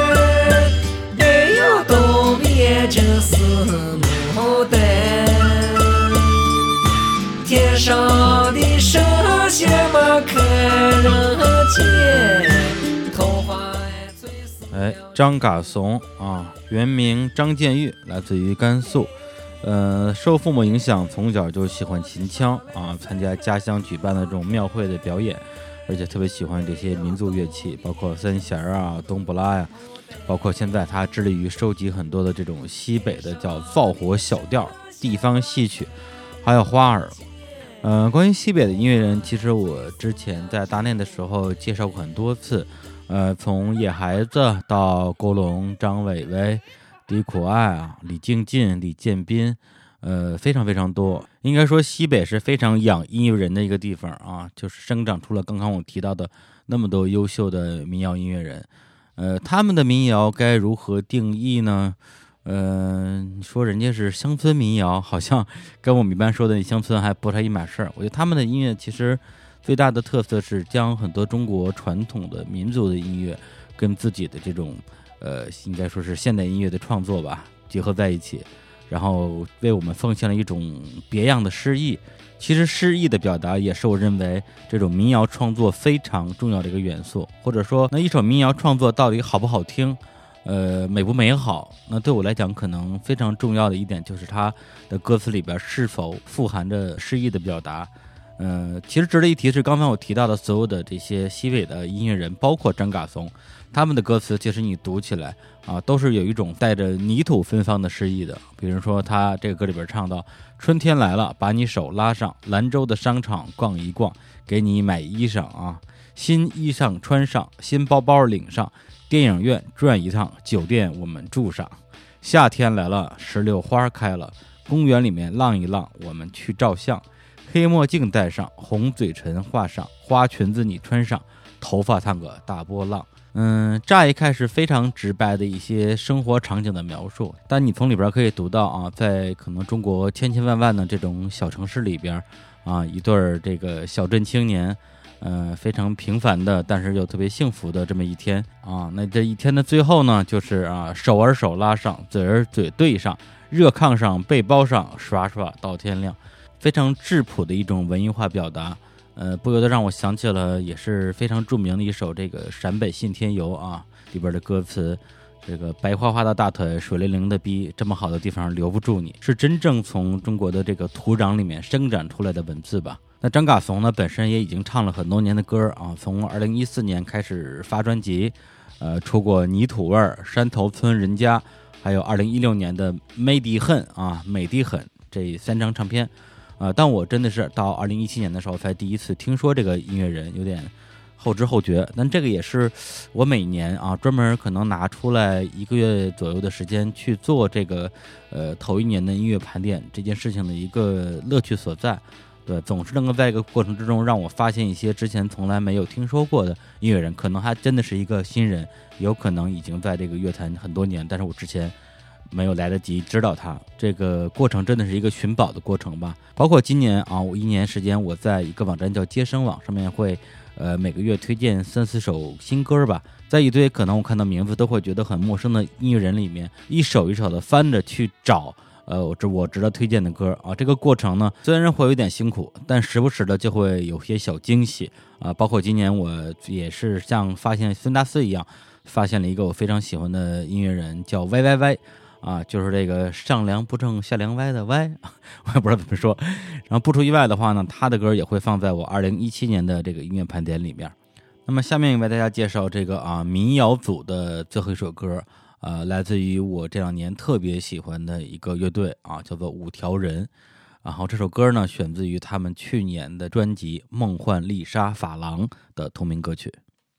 张嘎怂啊，原名张建玉，来自于甘肃。呃，受父母影响，从小就喜欢秦腔啊，参加家乡举办的这种庙会的表演，而且特别喜欢这些民族乐器，包括三弦啊、冬不拉呀，包括现在他致力于收集很多的这种西北的叫灶火小调、地方戏曲，还有花儿。呃，关于西北的音乐人，其实我之前在大内的时候介绍过很多次。呃，从野孩子到郭龙、张伟伟、李苦爱啊、李敬进、李建斌，呃，非常非常多。应该说，西北是非常养音乐人的一个地方啊，就是生长出了刚刚我提到的那么多优秀的民谣音乐人。呃，他们的民谣该如何定义呢？呃，你说人家是乡村民谣，好像跟我们一般说的乡村还不太一码事儿。我觉得他们的音乐其实最大的特色是将很多中国传统的民族的音乐跟自己的这种呃，应该说是现代音乐的创作吧结合在一起，然后为我们奉献了一种别样的诗意。其实诗意的表达也是我认为这种民谣创作非常重要的一个元素，或者说那一首民谣创作到底好不好听，呃，美不美好，那对我来讲可能非常重要的一点就是它的歌词里边是否富含着诗意的表达。呃，其实值得一提是，刚才我提到的所有的这些西北的音乐人，包括张嘎怂，他们的歌词其实你读起来啊，都是有一种带着泥土芬芳的诗意的。比如说他这个歌里边唱到，春天来了，把你手拉上，兰州的商场逛一逛，给你买衣裳啊，新衣裳穿上，新包包领上，电影院转一趟，酒店我们住上，夏天来了，石榴花开了，公园里面浪一浪，我们去照相，黑墨镜戴上，红嘴唇画上，花裙子你穿上，头发烫个大波浪。嗯，乍一看是非常直白的一些生活场景的描述，但你从里边可以读到啊，在可能中国千千万万的这种小城市里边啊，一对儿这个小镇青年，呃，非常平凡的，但是又特别幸福的这么一天啊。那这一天的最后呢，就是啊，手儿手拉上，嘴儿嘴对上，热炕上被包上，刷刷到天亮。非常质朴的一种文艺化表达，呃，不由得让我想起了也是非常著名的一首这个陕北信天游啊里边的歌词，这个白花花的大腿，水灵灵的逼，这么好的地方留不住你，是真正从中国的这个土壤里面生长出来的文字吧。那张嘎怂呢，本身也已经唱了很多年的歌啊，从二零一四年开始发专辑，呃，出过泥土味儿、山头村人家，还有二零一六年的美的很啊，美的很这三张唱片。呃，但我真的是到二零一七年的时候才第一次听说这个音乐人，有点后知后觉。但这个也是我每年啊专门可能拿出来一个月左右的时间去做这个呃头一年的音乐盘点这件事情的一个乐趣所在。对，总是能够在一个过程之中让我发现一些之前从来没有听说过的音乐人，可能还真的是一个新人，有可能已经在这个乐坛很多年，但是我之前没有来得及知道他。这个过程真的是一个寻宝的过程吧。包括今年啊，我一年时间我在一个网站叫接生网上面会呃每个月推荐三四首新歌吧，在一堆可能我看到名字都会觉得很陌生的音乐人里面，一首一首的翻着去找呃我这我值得推荐的歌啊。这个过程呢虽然会有点辛苦，但时不时的就会有些小惊喜啊。包括今年我也是像发现孙大四一样，发现了一个我非常喜欢的音乐人，叫 Y Y Y啊，就是这个上梁不正下梁歪的歪，我也不知道怎么说。然后不出意外的话呢，他的歌也会放在我二零一七年的这个音乐盘点里面。那么下面为大家介绍这个啊民谣组的最后一首歌，呃，来自于我这两年特别喜欢的一个乐队啊，叫做五条人。然后这首歌呢，选自于他们去年的专辑《梦幻丽莎法郎》的同名歌曲。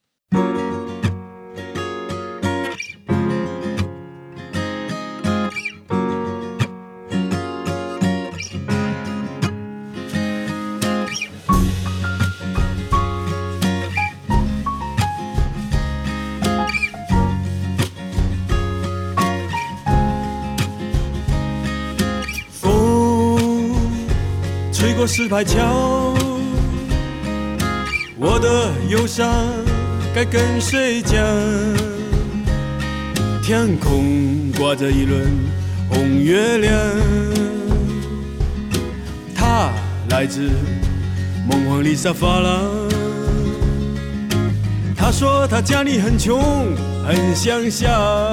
吹过石牌桥，我的忧伤该跟谁讲？天空挂着一轮红月亮，它来自梦幻丽莎发廊。他说他家里很穷， 很乡下，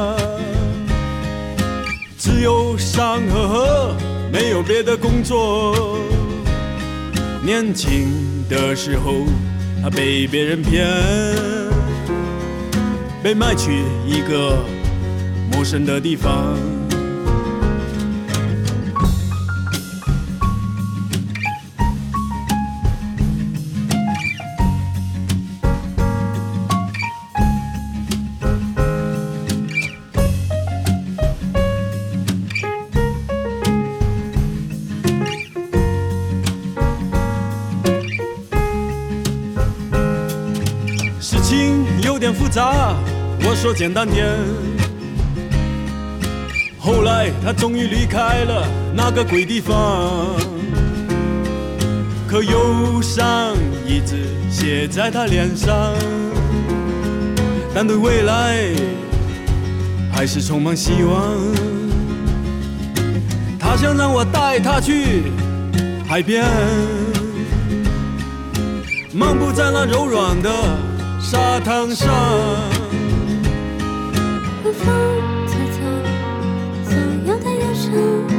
只有山和河，没有别的工作。年轻的时候他被别人骗，被卖去一个陌生的地方。事情有点复杂，我说简单点。后来他终于离开了那个鬼地方，可忧伤一直写在他脸上，但对未来还是充满希望。他想让我带他去海边，漫步在那柔软的沙滩上， 微风吹走所有的忧伤，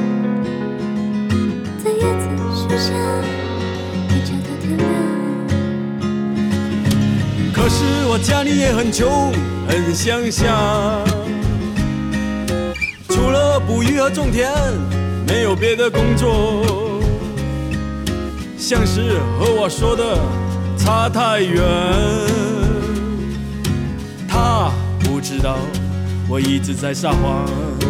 在叶子树下一直到天亮。 可是我家里也很穷，很乡下，除了捕鱼和种田，没有别的工作。像是和我说的差太远，他不知道我一直在撒谎。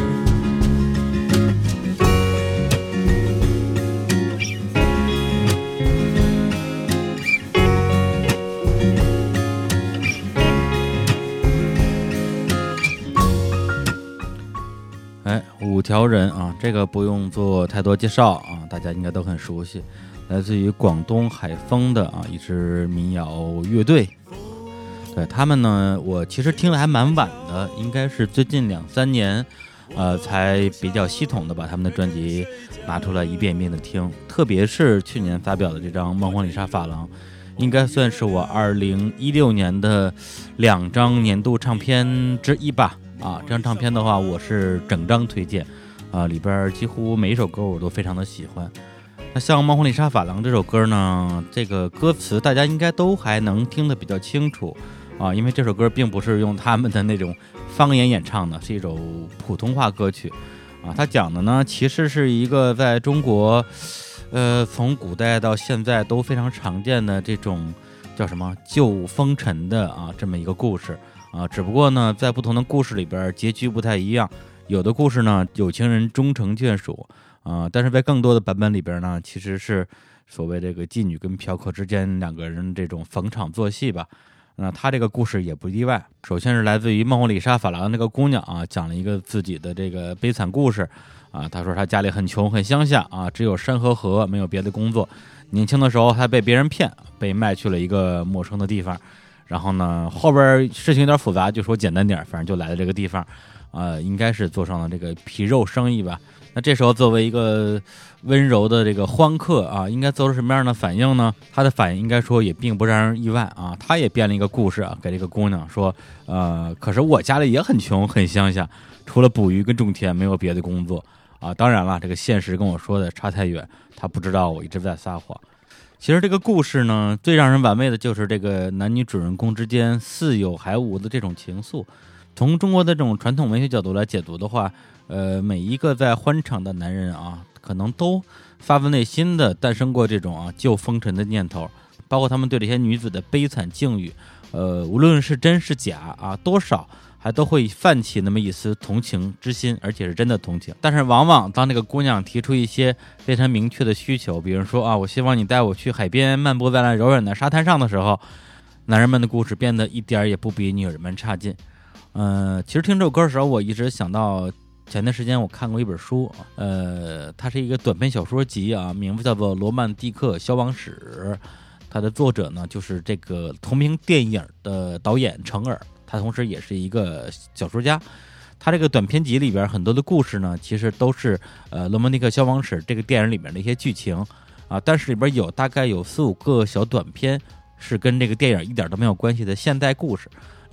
哎，五条人啊，这个不用做太多介绍啊，大家应该都很熟悉，来自于广东海丰的啊一支民谣乐队。对他们呢，我其实听了还蛮晚的，应该是最近两三年，呃，才比较系统的把他们的专辑拿出来一遍一遍的听。特别是去年发表的这张《梦幻丽莎发廊》，应该算是我二零一六年的两张年度唱片之一吧。啊，这张唱片的话，我是整张推荐，啊，里边几乎每一首歌我都非常的喜欢。那像《梦幻丽莎发廊》这首歌呢，这个歌词大家应该都还能听得比较清楚。啊，因为这首歌并不是用他们的那种方言演唱的，是一首普通话歌曲啊。它讲的呢，其实是一个在中国，呃，从古代到现在都非常常见的这种叫什么救风尘的啊这么一个故事啊。只不过呢，在不同的故事里边，结局不太一样。有的故事呢，有情人终成眷属啊，但是在更多的版本里边呢，其实是所谓这个妓女跟嫖客之间两个人这种逢场作戏吧。那他这个故事也不例外，首先是来自于梦幻丽莎法郎那个姑娘啊，讲了一个自己的这个悲惨故事啊。她说她家里很穷，很乡下啊，只有山和河，没有别的工作。年轻的时候她被别人骗，被卖去了一个陌生的地方。然后呢，后边事情有点复杂，就说简单点，反正就来了这个地方，啊，应该是做上了这个皮肉生意吧。那这时候作为一个温柔的这个欢客啊，应该做出什么样的反应呢？他的反应应该说也并不让人意外啊，他也编了一个故事啊，给这个姑娘说，呃，可是我家里也很穷，很乡下，除了捕鱼跟种田没有别的工作啊。当然了，这个现实跟我说的差太远，他不知道我一直在撒谎。其实这个故事呢，最让人玩味的就是这个男女主人公之间似有还无的这种情愫。从中国的这种传统文学角度来解读的话，呃，每一个在欢场的男人啊，可能都发自内心的诞生过这种啊救风尘的念头，包括他们对这些女子的悲惨境遇，呃，无论是真是假啊，多少还都会泛起那么一丝同情之心，而且是真的同情。但是往往当这个姑娘提出一些非常明确的需求，比如说啊，我希望你带我去海边漫步在那柔软的沙滩上的时候，男人们的故事变得一点也不比女人们差劲。呃，其实听这首歌的时候，我一直想到前段时间我看过一本书，呃，它是一个短篇小说集啊，名字叫做《罗曼蒂克消亡史》，它的作者呢就是这个同名电影的导演程耳，他同时也是一个小说家。他这个短篇集里边很多的故事呢，其实都是呃《罗曼蒂克消亡史》这个电影里面的一些剧情啊，但是里边有大概有四五个小短篇是跟这个电影一点都没有关系的现代故事。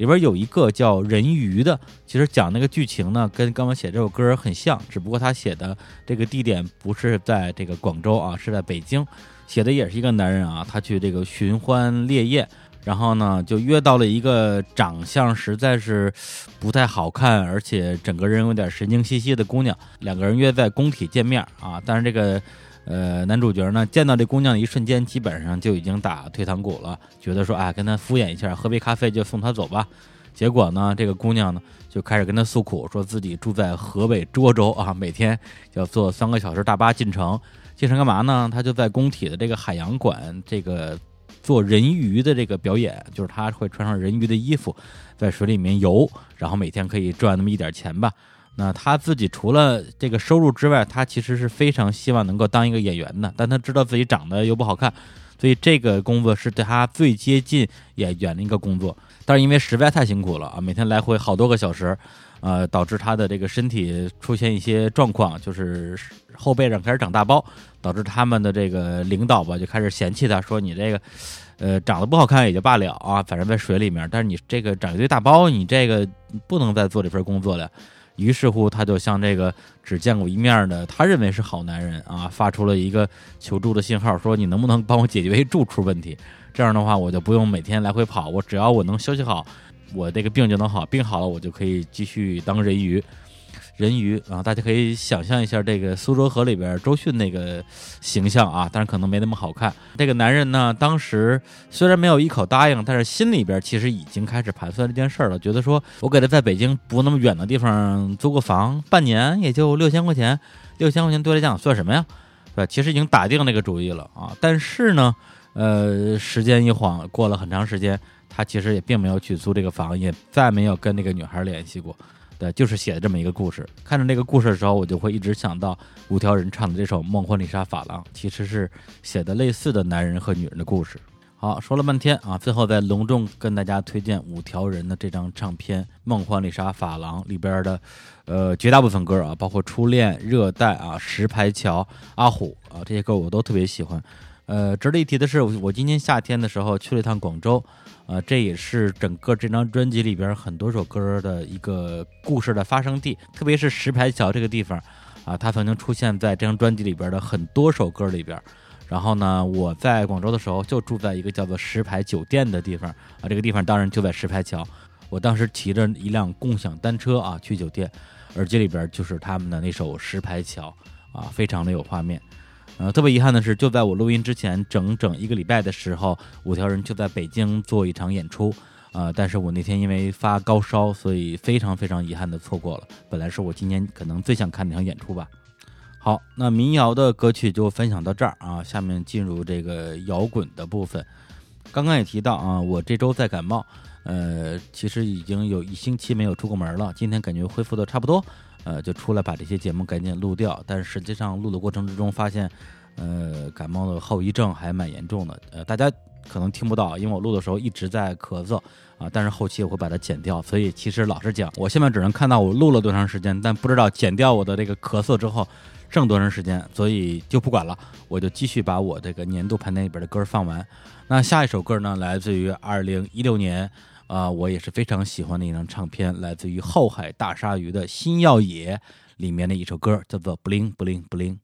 里边有一个叫人鱼的，其实讲那个剧情呢跟刚刚写这首歌很像，只不过他写的这个地点不是在这个广州啊，是在北京，写的也是一个男人啊，他去这个寻欢猎艳，然后呢就约到了一个长相实在是不太好看，而且整个人有点神经兮兮的姑娘，两个人约在工体见面啊。但是这个呃男主角呢见到这姑娘的一瞬间，基本上就已经打退堂鼓了，觉得说哎跟她敷衍一下，喝杯咖啡就送她走吧。结果呢这个姑娘呢就开始跟他诉苦，说自己住在河北涿州啊，每天要坐三个小时大巴进城，进城干嘛呢？他就在工体的这个海洋馆这个做人鱼的这个表演，就是他会穿上人鱼的衣服在水里面游，然后每天可以赚那么一点钱吧。那他自己除了这个收入之外，他其实是非常希望能够当一个演员的，但他知道自己长得又不好看，所以这个工作是对他最接近演员的一个工作。但是因为实在太辛苦了啊，每天来回好多个小时，呃，导致他的这个身体出现一些状况，就是后背上开始长大包，导致他们的这个领导吧就开始嫌弃他，说你这个呃长得不好看也就罢了啊，反正在水里面，但是你这个长一堆大包，你这个不能再做这份工作了。于是乎他就向这个只见过一面的他认为是好男人啊发出了一个求助的信号，说你能不能帮我解决一住处问题，这样的话我就不用每天来回跑，我只要我能休息好，我这个病就能好，病好了我就可以继续当人鱼。人鱼啊，大家可以想象一下这个苏州河里边周迅那个形象啊，但是可能没那么好看。这个男人呢，当时虽然没有一口答应，但是心里边其实已经开始盘算这件事了，觉得说我给他在北京不那么远的地方租个房，半年也就六千块钱，六千块钱对来讲算什么呀？对吧？其实已经打定那个主意了啊。但是呢，呃，时间一晃过了很长时间，他其实也并没有去租这个房，也再没有跟那个女孩联系过。对，就是写的这么一个故事。看着这个故事的时候，我就会一直想到五条人唱的这首《梦幻丽莎法郎》，其实是写的类似的男人和女人的故事。好，说了半天啊，最后再隆重跟大家推荐五条人的这张唱片《梦幻丽莎法郎》里边的，呃，绝大部分歌啊，包括《初恋》、《热带》啊、《石牌桥》、《阿虎》啊，这些歌我都特别喜欢。呃，值得一提的是，我今年夏天的时候去了一趟广州。呃，这也是整个这张专辑里边很多首歌的一个故事的发生地，特别是石牌桥这个地方啊，它曾经出现在这张专辑里边的很多首歌里边。然后呢，我在广州的时候就住在一个叫做石牌酒店的地方啊，这个地方当然就在石牌桥。我当时骑着一辆共享单车啊去酒店，耳机里边就是他们的那首石牌桥啊，非常的有画面。呃，特别遗憾的是，就在我录音之前整整一个礼拜的时候，五条人就在北京做一场演出，呃，但是我那天因为发高烧，所以非常非常遗憾的错过了。本来是我今年可能最想看那场演出吧。好，那民谣的歌曲就分享到这儿啊，下面进入这个摇滚的部分。刚刚也提到啊，我这周在感冒，呃，其实已经有一星期没有出过门了，今天感觉恢复的差不多。呃，就出来把这些节目赶紧录掉，但是实际上录的过程之中发现，呃，感冒的后遗症还蛮严重的。呃，大家可能听不到，因为我录的时候一直在咳嗽啊，但是后期我会把它剪掉，所以其实老实讲，我现在只能看到我录了多长时间，但不知道剪掉我的这个咳嗽之后剩多长时间，所以就不管了，我就继续把我这个年度盘点里边的歌放完。那下一首歌呢，来自于二零一六年。啊、呃，我也是非常喜欢的一张唱片，来自于后海大鲨鱼的《新耀野》里面的一首歌，叫做《Bling Bling Bling》。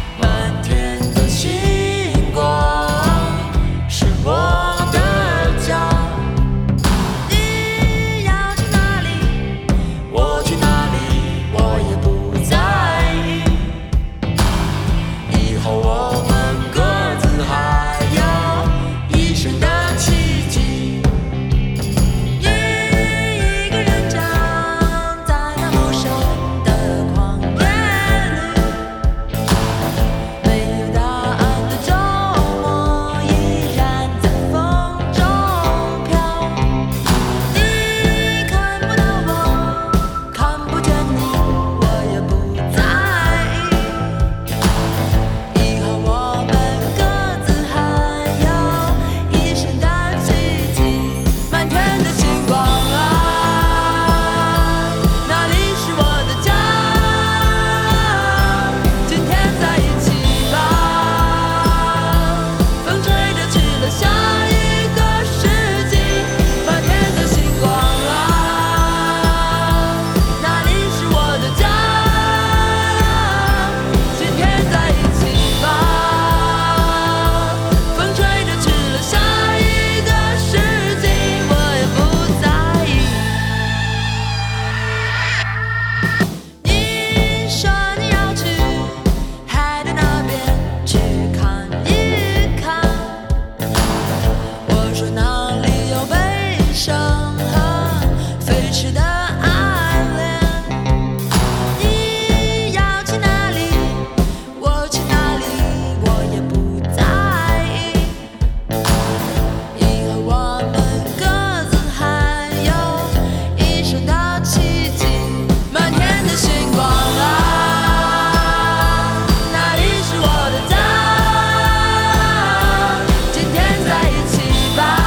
是我的家。 上飞驰的爱恋。你要去哪里，我去哪里，我也不在意。以后我们各自还有一生的奇迹。满天的星光啊，哪里是我的家？今天在一起吧。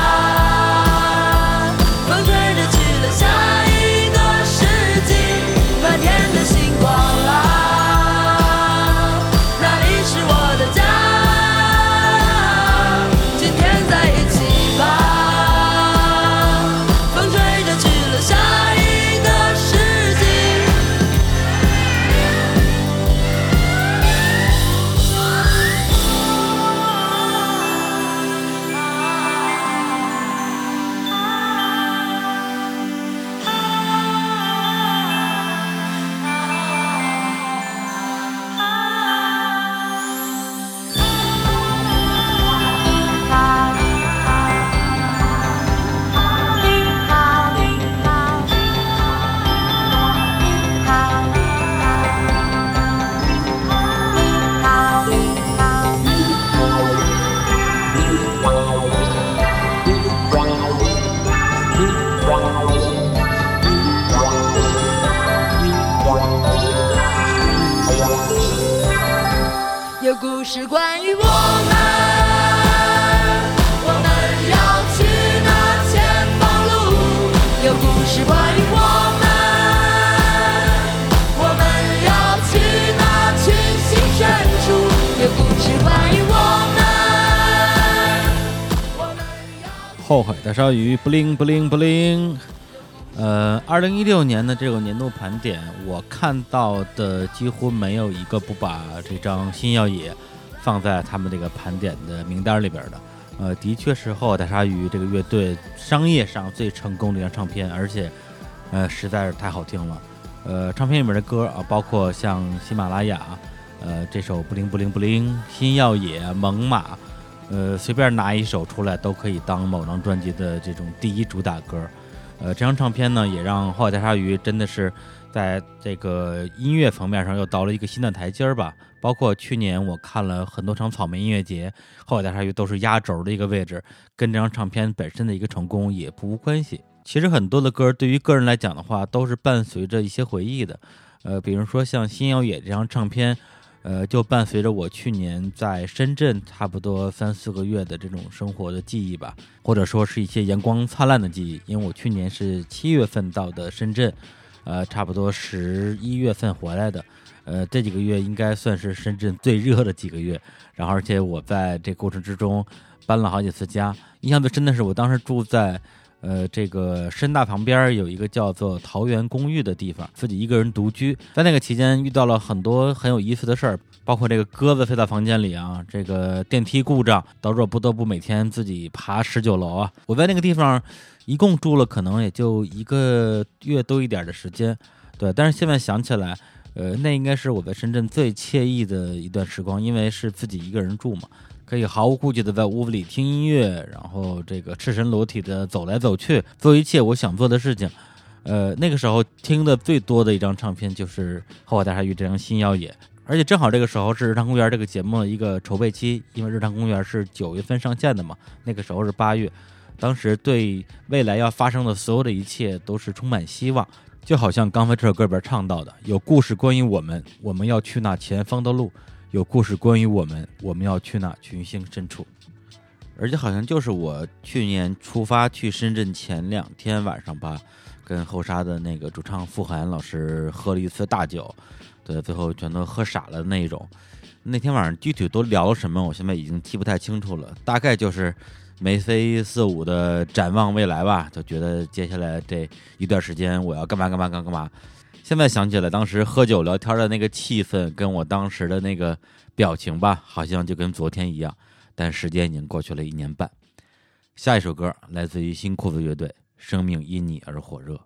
有故事关于我们，我们要去那前方路。有故事关于我们，我们要去那群星深处。有故事关于我们，我们要后海大鲨鱼不灵不灵不灵。呃，二零一六年的这个年度盘点，我看到的几乎没有一个不把这张新耀野放在他们这个盘点的名单里边的。呃，的确是后海大鲨鱼这个乐队商业上最成功的一张唱片，而且呃实在是太好听了。呃，唱片里面的歌啊，包括像喜马拉雅，呃，这首不灵不灵不灵，新耀野，猛犸，呃，随便拿一首出来都可以当某张专辑的这种第一主打歌。呃，这张唱片呢，也让后海大鲨鱼真的是在这个音乐层面上又到了一个新的台阶儿吧。包括去年我看了很多场草莓音乐节，后海大鲨鱼都是压轴的一个位置，跟这张唱片本身的一个成功也不无关系。其实很多的歌对于个人来讲的话，都是伴随着一些回忆的。呃，比如说像新耀野这张唱片，呃，就伴随着我去年在深圳差不多三四个月的这种生活的记忆吧，或者说是一些阳光灿烂的记忆。因为我去年是七月份到的深圳，呃，差不多十一月份回来的，呃，这几个月应该算是深圳最热的几个月。然后，而且我在这过程之中搬了好几次家，印象最深的是我当时住在。呃，这个深大旁边有一个叫做桃园公寓的地方，自己一个人独居。在那个期间遇到了很多很有意思的事儿，包括这个鸽子飞到房间里啊，这个电梯故障，导致我不得不每天自己爬十九楼啊。我在那个地方一共住了可能也就一个月多一点的时间，对。但是现在想起来，呃，那应该是我在深圳最惬意的一段时光，因为是自己一个人住嘛。可以毫无顾忌的在屋子里听音乐，然后这个赤身裸体的走来走去，做一切我想做的事情。呃，那个时候听的最多的一张唱片就是后海大鲨鱼这张新耀野，而且正好这个时候是日常公园这个节目的一个筹备期，因为日常公园是九月份上线的嘛，那个时候是八月，当时对未来要发生的所有的一切都是充满希望，就好像刚才这首歌里边唱到的，有故事关于我们，我们要去那前方的路。有故事关于我们，我们要去那群星深处。而且好像就是我去年出发去深圳前两天晚上吧，跟后沙的那个主唱傅海安老师喝了一次大酒，对，最后全都喝傻了那种。那天晚上具体都聊了什么，我现在已经记不太清楚了，大概就是眉飞色舞的展望未来吧，就觉得接下来这一段时间我要干嘛干嘛干嘛干嘛。现在想起来当时喝酒聊天的那个气氛跟我当时的那个表情吧，好像就跟昨天一样，但时间已经过去了一年半。下一首歌来自于新裤子乐队，生命因你而火热。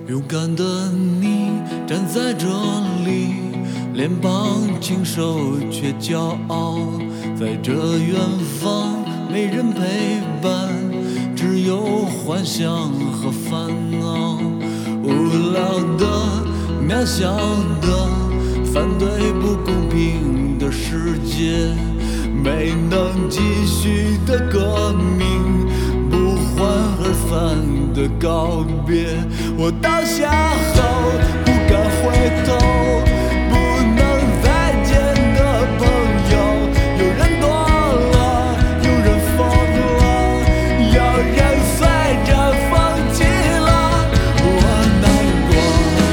勇敢的你站在这里，脸庞清瘦却骄傲，在这远方没人陪伴，只有幻想和烦恼，无聊的渺小的反对不公平的世界，没能继续的革命，不欢而散的告别，我倒下后不敢回头，不能再见的朋友，有人多了，有人疯了，有人随着风起了，我难过。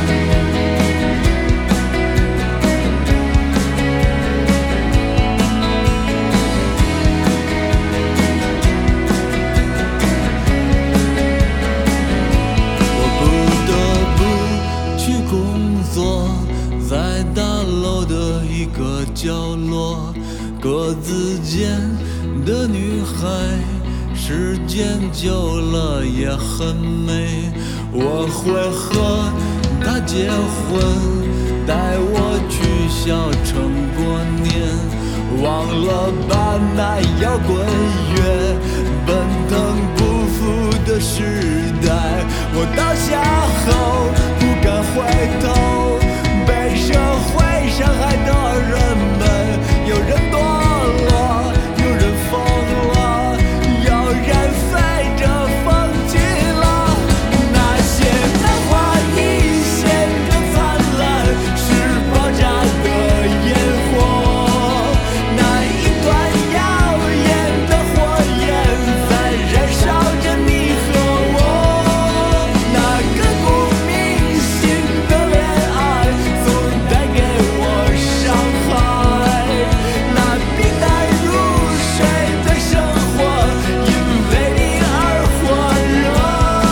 在大楼的一个角落，格子间的女孩，时间久了也很美，我会和她结婚，带我去小城过年，忘了吧那摇滚乐，奔腾不复的时代，我倒下后不敢回头，被社会伤害的人们，有人多了，有人疯了，有人随着风起了，那些昙花一现的灿烂，是爆炸的烟火，那一段耀眼的火焰在燃烧着你和我，那刻骨铭心的恋爱总带给我伤害，那平淡如水的生活因为你而火热。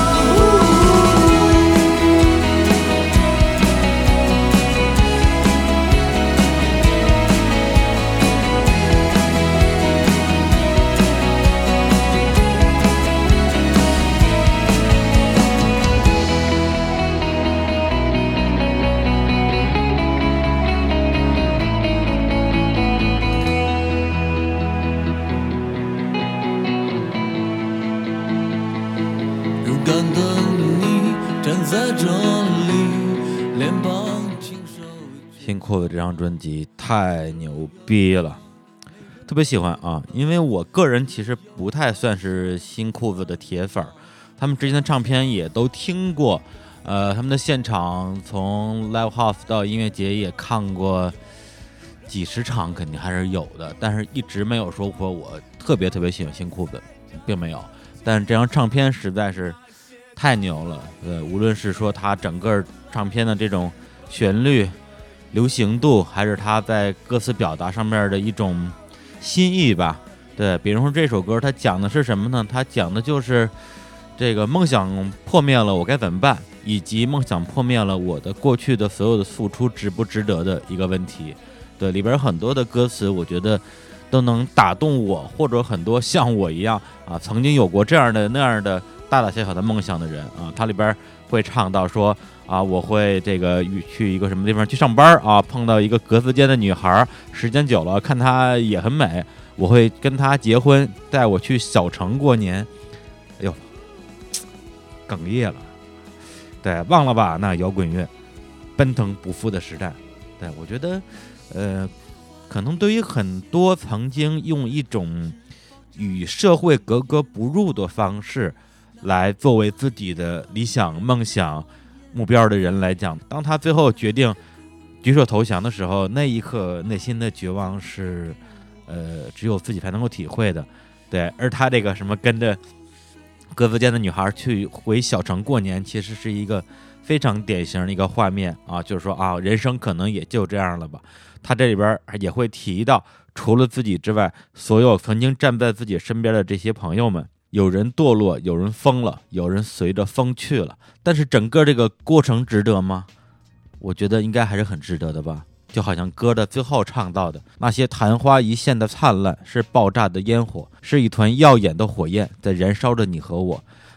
勇敢的你站在这里，脸庞清瘦。 新裤子这张专辑太牛逼了，特别喜欢啊！因为我个人其实不太算是新裤子的铁粉，他们之前的唱片也都听过，呃，他们的现场从 live house 到音乐节也看过几十场，肯定还是有的，但是一直没有说过我特别特别喜欢新裤子，并没有。但是这张唱片实在是太牛了，呃，无论是说它整个唱片的这种旋律、流行度，还是它在歌词表达上面的一种心意吧。对，比如说这首歌，它讲的是什么呢？它讲的就是这个梦想破灭了，我该怎么办？以及梦想破灭了，我的过去的所有的付出值不值得的一个问题。对，里边很多的歌词，我觉得都能打动我，或者很多像我一样啊，曾经有过这样的那样的大大小小的梦想的人啊，它里边会唱到说啊，我会这个去一个什么地方去上班啊，碰到一个格子间的女孩，时间久了看她也很美，我会跟她结婚，带我去小城过年。哎呦，哽咽了。对，忘了吧那摇滚乐，奔腾不复的时代。对，我觉得呃可能对于很多曾经用一种与社会格格不入的方式来作为自己的理想梦想目标的人来讲，当他最后决定举手投降的时候，那一刻内心的绝望是呃只有自己才能够体会的。对，而他这个什么跟着格子间的女孩去回小城过年，其实是一个非常典型的一个画面啊，就是说啊，人生可能也就这样了吧。他这里边也会提到，除了自己之外，所有曾经站在自己身边的这些朋友们，有人堕落，有人疯了，有人随着风去了，但是整个这个过程值得吗？我觉得应该还是很值得的吧。就好像歌的最后唱到的，那些昙花一现的灿烂是爆炸的烟火，是一团耀眼的火焰在燃烧着你和我。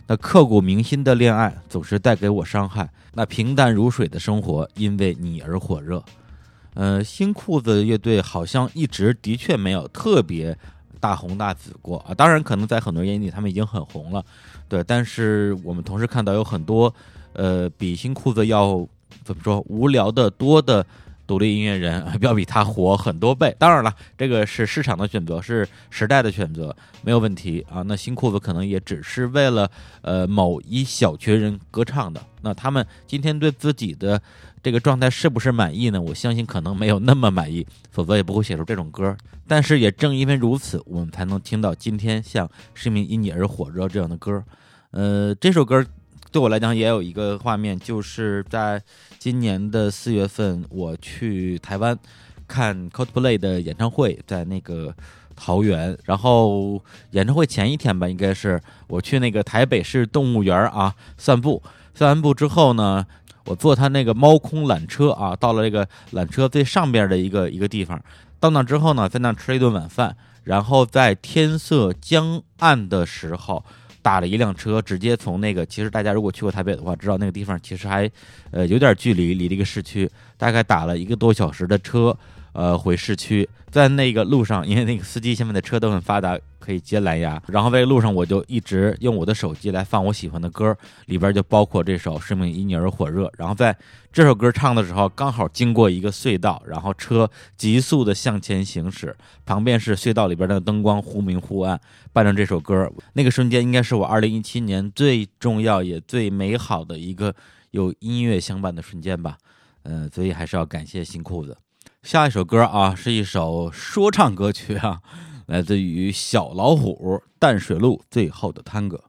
那刻骨铭心的恋爱总是带给我伤害，那平淡如水的生活因为你而火热。呃，新裤子乐队好像一直的确没有特别大红大紫过啊，当然可能在很多人眼里他们已经很红了，对，但是我们同时看到有很多呃比新裤子要怎么说无聊的多的独立音乐人要比他火很多倍。当然了，这个是市场的选择，是时代的选择，没有问题啊。那新裤子可能也只是为了呃某一小群人歌唱的，那他们今天对自己的这个状态是不是满意呢？我相信可能没有那么满意，否则也不会写出这种歌。但是也正因为如此，我们才能听到今天像《生命因你而火热》这样的歌。呃，这首歌对我来讲也有一个画面，就是在今年的四月份，我去台湾看 Coldplay 的演唱会，在那个桃园，然后演唱会前一天吧，应该是我去那个台北市动物园啊散步，散完步之后呢，我坐他那个猫空缆车啊，到了这个缆车最上边的一个一个地方，到那之后呢，在那吃了一顿晚饭，然后在天色将暗的时候打了一辆车，直接从那个，其实大家如果去过台北的话，知道那个地方其实还呃有点距离，离这个市区大概打了一个多小时的车，呃回市区。在那个路上，因为那个司机现在的车都很发达，可以接蓝牙，然后在路上我就一直用我的手机来放我喜欢的歌，里边就包括这首《生命因你而火热》。然后在这首歌唱的时候，刚好经过一个隧道，然后车急速的向前行驶，旁边是隧道里边的灯光忽明忽暗，伴着这首歌，那个瞬间应该是我二零一七年最重要也最美好的一个有音乐相伴的瞬间吧。呃，所以还是要感谢新裤子。下一首歌啊，是一首说唱歌曲啊，来自于小老虎《淡水路最后的探戈》。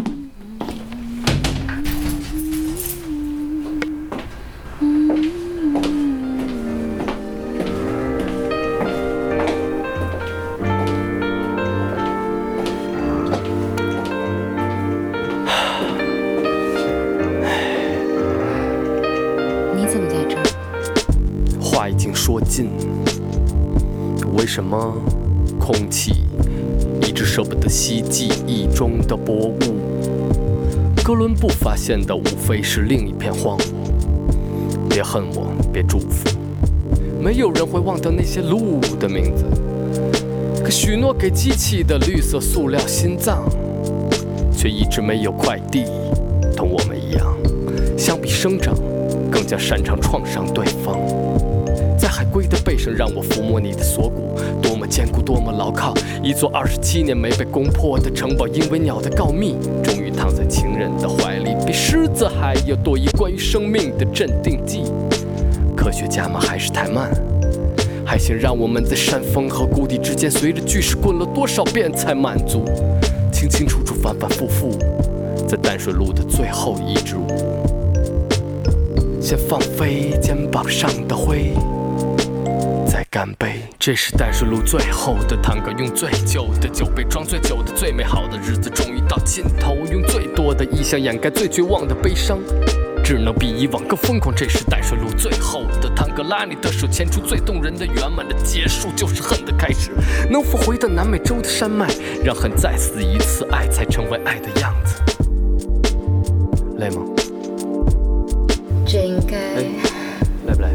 你怎么在这儿？ 话已经说尽，为什么空气一直舍不得吸记忆中的薄雾？哥伦布发现的无非是另一片荒芜。别恨我，别祝福，没有人会忘掉那些路的名字。可许诺给机器的绿色塑料心脏，却一直没有快递。同我们一样，相比生长，更加擅长创伤对方。在海龟的背上，让我抚摸你的锁骨，多么坚固，多么牢靠。一座二十七年没被攻破的城堡，因为鸟的告密，终于躺在情人的怀里，比狮子还要多一关于生命的镇定剂。科学家们还是太慢，还想让我们在山峰和谷底之间，随着巨石滚了多少遍才满足？清清楚楚，反反复复，在淡水路的最后一支舞。先放飞肩膀上的灰，再干杯。这是淡水路最后的探戈，用最旧的酒杯装最久的最美好的日子，终于到尽头，用最多的意象掩盖最绝望的悲伤，只能比以往更疯狂。这是淡水路最后的探戈，拉你的手，牵出最动人的圆满的结束，就是恨的开始。能否回到南美洲的山脉，让恨再死一次，爱才成为爱的样子。累吗？ 这应该累不累？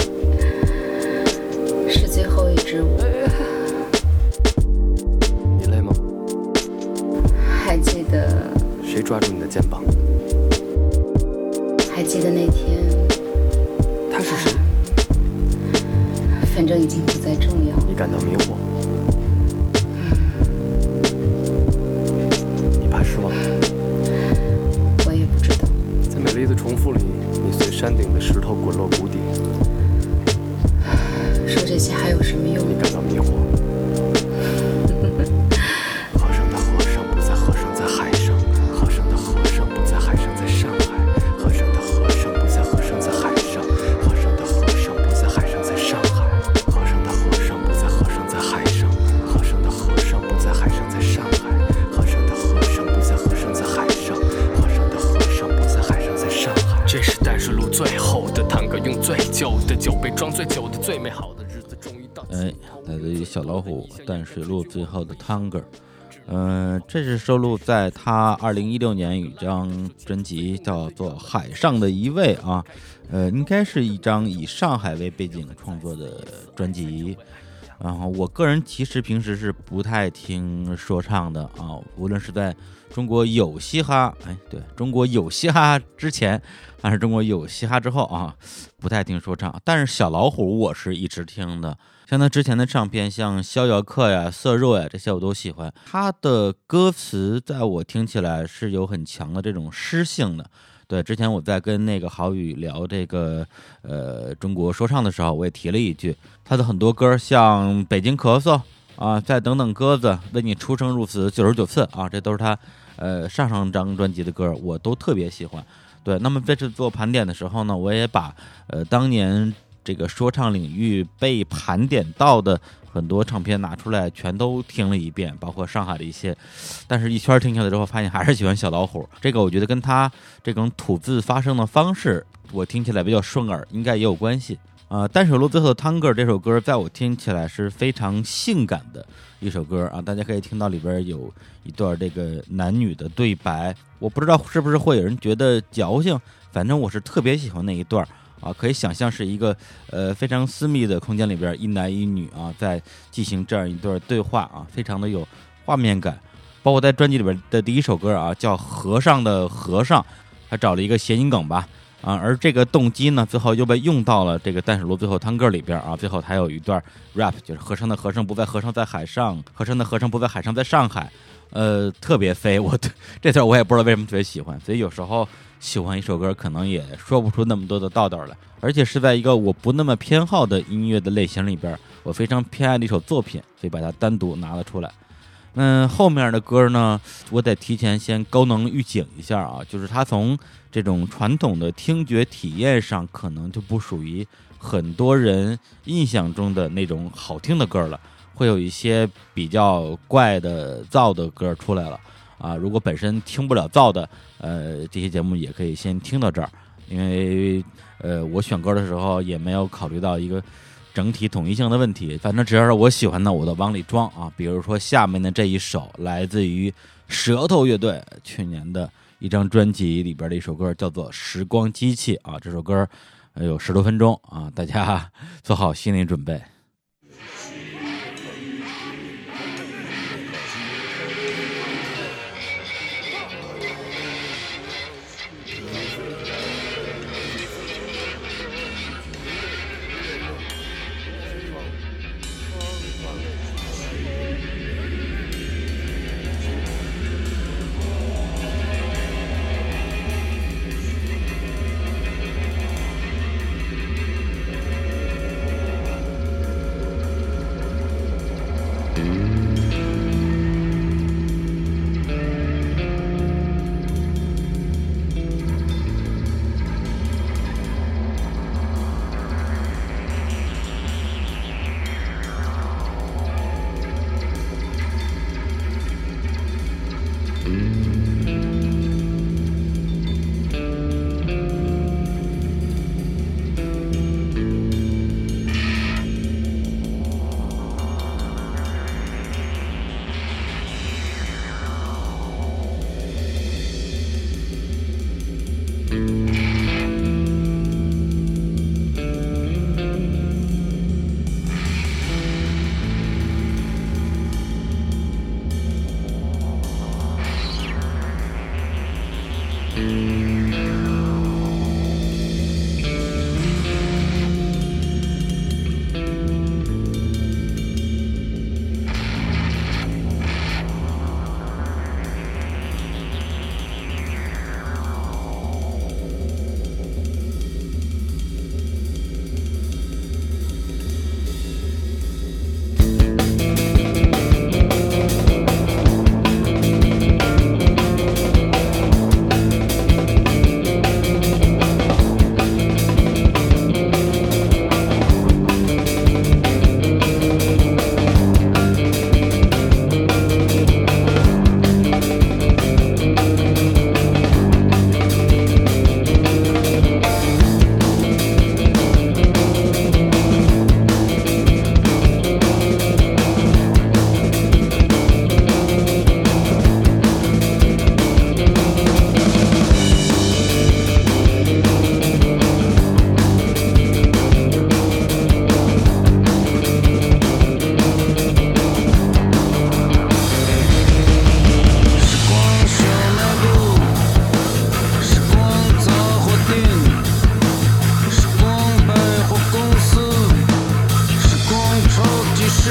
是最后一支舞。 你累吗？ 还记得？ 谁抓住你的肩膀？ 还记得那天？ 他是谁？ 反正已经不再重要。 你感到迷惑？你怕失望？ 我也不知道。 在美丽的重复里，你随山顶的石头滚落谷底。 说这些还有什么用？ 你感到迷惑？和尚的和尚不在和尚在海上，和尚的和尚不在海上在上海，和尚的和尚不在和尚在海上，和尚的和尚不在海上在上海，和尚的和尚不在和尚在海上，和尚的和尚不在海上在上海，和尚的和尚不在和尚在海上，和尚的和尚不在海上在上海。这是淡水路最后的探戈，用最旧的酒杯装最久的最美好的日子，终于到。 哎，来自于小老虎《淡水路最后的探戈》。 嗯、呃，这是收录在他二零一六年有一张专辑叫做《海上的一位》啊，呃，应该是一张以上海为背景创作的专辑。然后我个人其实平时是不太听说唱的啊，无论是在中国有嘻哈，哎，对中国有嘻哈之前，还是中国有嘻哈之后啊，不太听说唱。但是小老虎我是一直听的，像他之前的唱片，像逍遥客呀、色弱呀这些我都喜欢。他的歌词在我听起来是有很强的这种诗性的。对，之前我在跟那个郝宇聊这个呃中国说唱的时候，我也提了一句，他的很多歌像北京咳嗽啊，再等等鸽子，为你出生入死九十九次啊，这都是他呃上上张专辑的歌，我都特别喜欢。对，那么这次做盘点的时候呢，我也把呃当年这个说唱领域被盘点到的很多唱片拿出来全都听了一遍，包括上海的一些，但是一圈听下来之后发现还是喜欢小老虎。这个我觉得跟他这种吐字发声的方式我听起来比较顺耳，应该也有关系啊、呃。淡水路最后的 Tango 这首歌在我听起来是非常性感的一首歌啊，大家可以听到里边有一段这个男女的对白，我不知道是不是会有人觉得矫情，反正我是特别喜欢那一段啊，可以想象是一个呃非常私密的空间里边，一男一女啊在进行这样一段对话啊，非常的有画面感。包括在专辑里边的第一首歌啊，叫《和尚的和尚》，他找了一个谐音梗吧啊，而这个动机呢，最后又被用到了这个淡水路最后汤歌里边啊，最后还有一段 rap， 就是和尚的和尚不在和尚在海上，和尚的和尚不在海上在上海，呃，特别飞，我这段我也不知道为什么特别喜欢，所以有时候喜欢一首歌可能也说不出那么多的道道来，而且是在一个我不那么偏好的音乐的类型里边，我非常偏爱的一首作品，所以把它单独拿了出来。嗯，后面的歌呢，我得提前先高能预警一下啊，就是它从这种传统的听觉体验上，可能就不属于很多人印象中的那种好听的歌了，会有一些比较怪的燥的歌出来了啊。如果本身听不了燥的，呃，这些节目也可以先听到这儿，因为呃，我选歌的时候也没有考虑到一个整体统一性的问题，反正只要是我喜欢的我都往里装啊。比如说下面的这一首来自于舌头乐队去年的一张专辑里边的一首歌，叫做《时光机器》啊。这首歌有十多分钟啊，大家做好心理准备。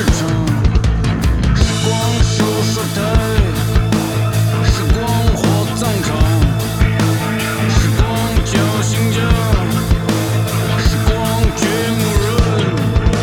程，时光是说台，时光火葬场，时光叫醒着，时光掘墓人。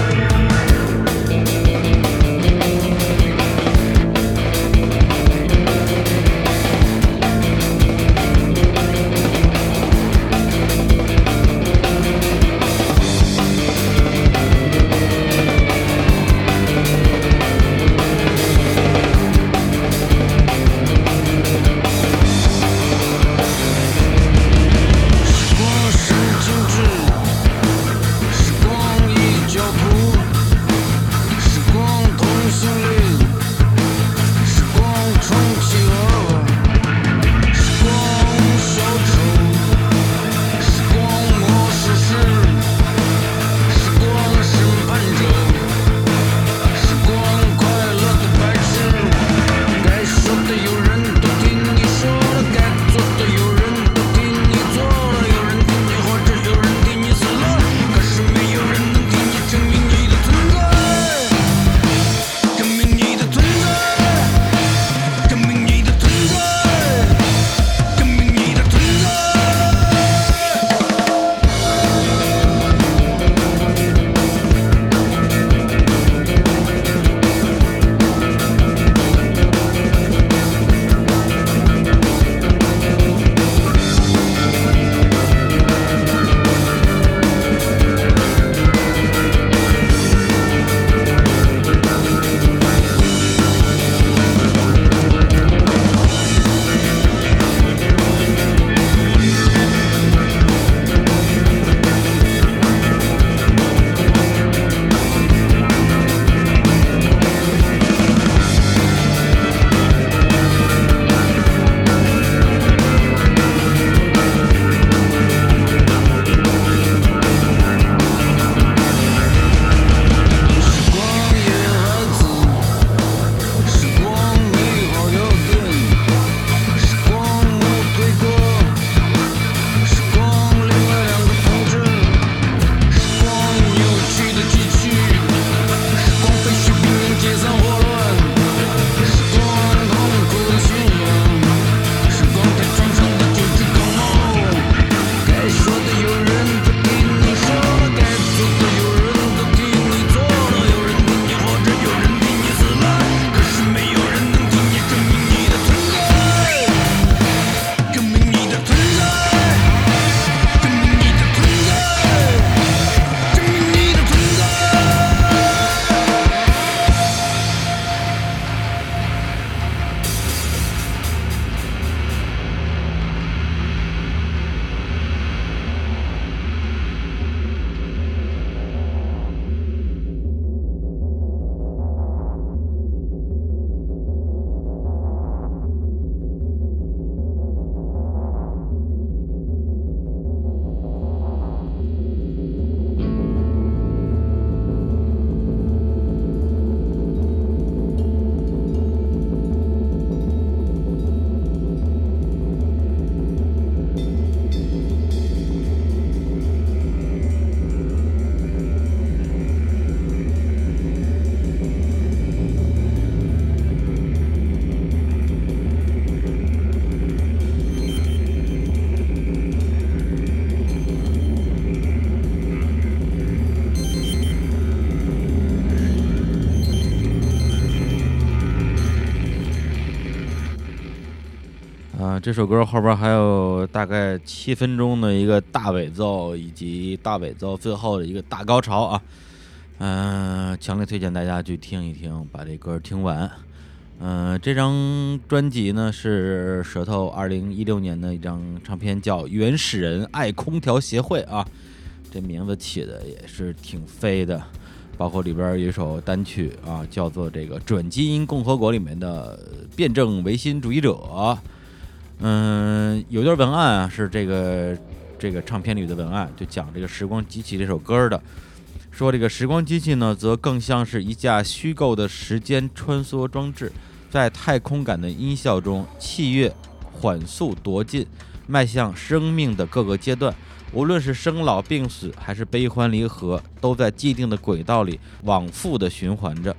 啊，这首歌后边还有大概七分钟的一个大尾奏，以及大尾奏最后的一个大高潮啊。嗯、呃，强烈推荐大家去听一听，把这歌听完。嗯、呃，这张专辑呢是舌头二零一六年的一张唱片，叫《原始人爱空调协会》啊，这名字起的也是挺飞的。包括里边有一首单曲啊，叫做这个《准基因共和国》里面的辩证唯心主义者。嗯，有段文案啊，是这个这个唱片里的文案，就讲这个时光机器这首歌的，说这个时光机器呢，则更像是一架虚构的时间穿梭装置，在太空感的音效中，器乐缓速踱进，迈向生命的各个阶段。无论是生老病死还是悲欢离合，都在既定的轨道里往复的循环着。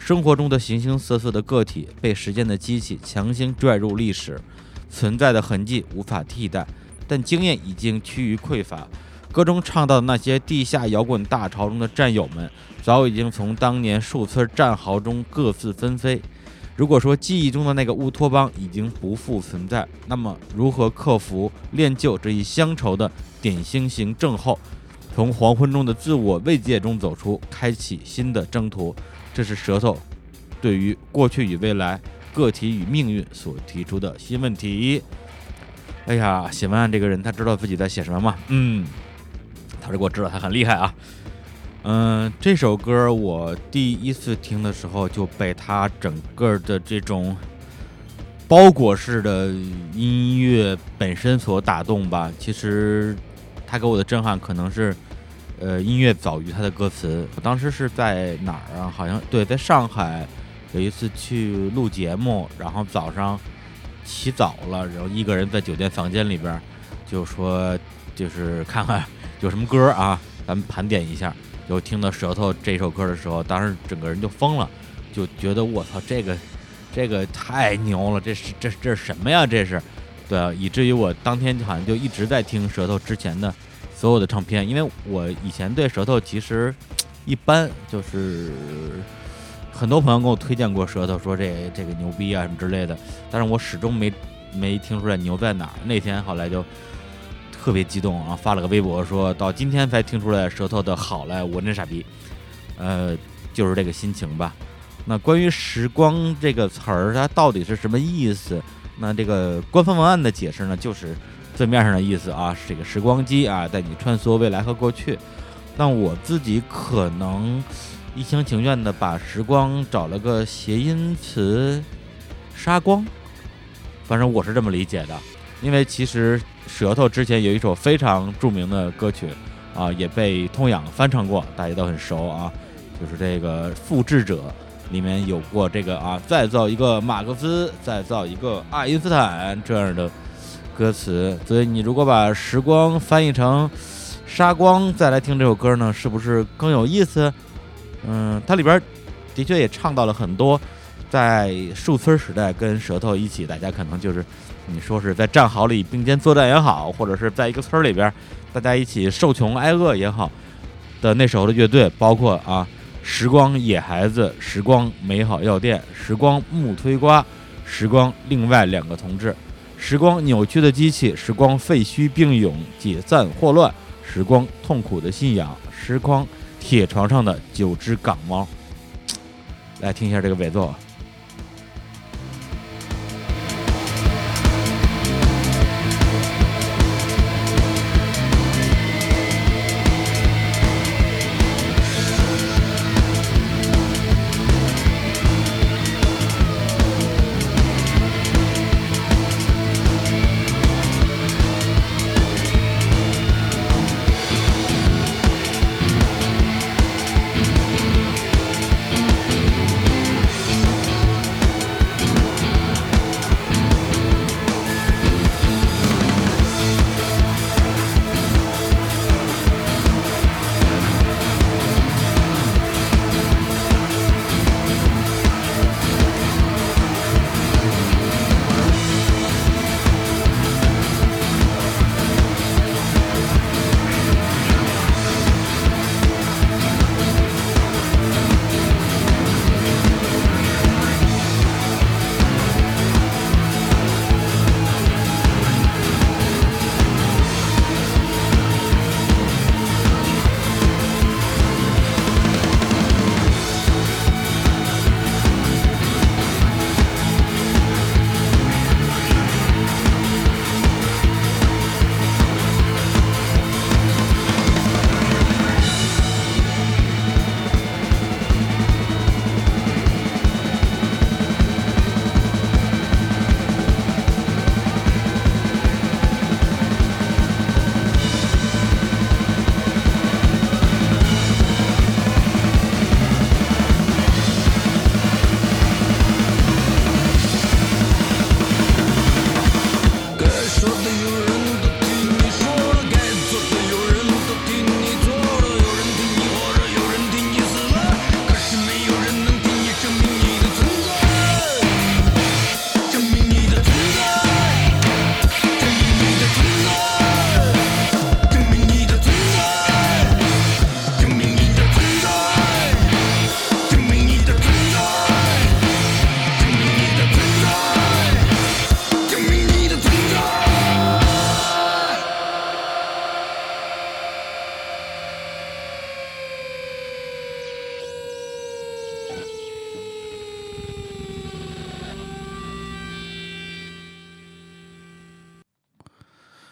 生活中的形形色色的个体被时间的机器强行拽入历史，存在的痕迹无法替代，但经验已经趋于匮乏。歌中唱到的那些地下摇滚大潮中的战友们，早已经从当年树村战壕中各自纷飞。如果说记忆中的那个乌托邦已经不复存在，那么如何克服练就这一乡愁的点星型症候，从黄昏中的自我慰藉中走出，开启新的征途，这是舌头对于过去与未来、个体与命运所提出的新问题。哎呀，写文案这个人他知道自己在写什么吗？嗯，他如果知道他很厉害啊。嗯，这首歌我第一次听的时候就被他整个的这种包裹式的音乐本身所打动吧。其实他给我的震撼可能是呃音乐早于他的歌词。我当时是在哪儿啊？好像对，在上海有一次去录节目，然后早上起早了，然后一个人在酒店房间里边就说就是看看有什么歌啊，咱们盘点一下。就听到舌头这首歌的时候，当时整个人就疯了，就觉得我操，这个这个太牛了，这是这这是什么呀？这是，对啊，以至于我当天好像就一直在听舌头之前的所有的唱片，因为我以前对舌头其实一般，就是很多朋友跟我推荐过舌头，说这这个牛逼啊什么之类的，但是我始终没没听出来牛在哪儿。那天后来就特别激动啊，发了个微博说到今天才听出来舌头的好来，我真傻逼，呃，就是这个心情吧。那关于时光这个词儿，它到底是什么意思？那这个官方文案的解释呢，就是字面上的意思啊，这个时光机啊，带你穿梭未来和过去。但我自己可能一厢情愿的把时光找了个谐音词，杀光。反正我是这么理解的，因为其实舌头之前有一首非常著名的歌曲啊，也被通仰翻唱过，大家都很熟啊，就是这个《复制者》里面有过这个啊，再造一个马克思，再造一个爱因斯坦这样的歌词。所以你如果把时光翻译成杀光，再来听这首歌呢，是不是更有意思？嗯，它里边的确也唱到了很多在树村时代跟舌头一起，大家可能就是你说是在战壕里并肩作战也好，或者是在一个村里边大家一起受穷挨饿也好的那时候的乐队，包括啊时光野孩子、时光美好药店、时光木推瓜、时光另外两个同志、时光扭曲的机器、时光废墟并涌解散霍乱、时光痛苦的信仰、时光铁床上的九只港猫。来听一下这个尾奏。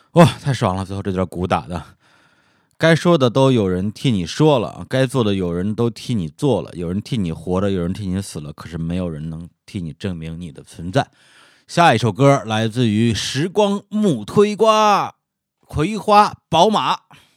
哇，太爽了！最后这段鼓打的，该说的都有人替你说了，该做的有人都替你做了，有人替你活着，有人替你死了，可是没有人能替你证明你的存在。下一首歌来自于时光木推瓜，葵花宝马。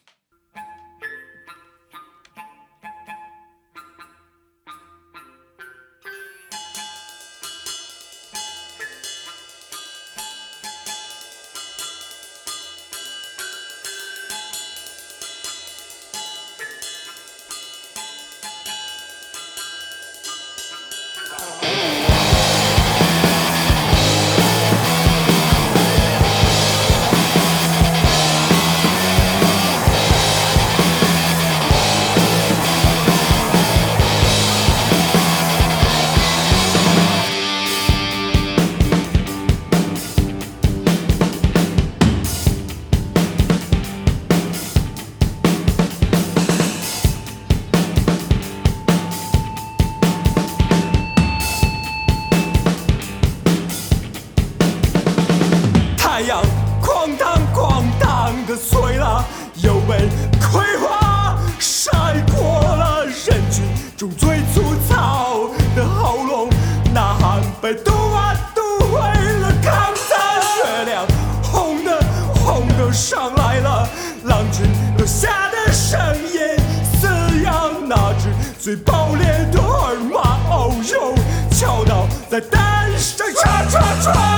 最爆裂的二马遨游，敲倒在单上叉叉叉。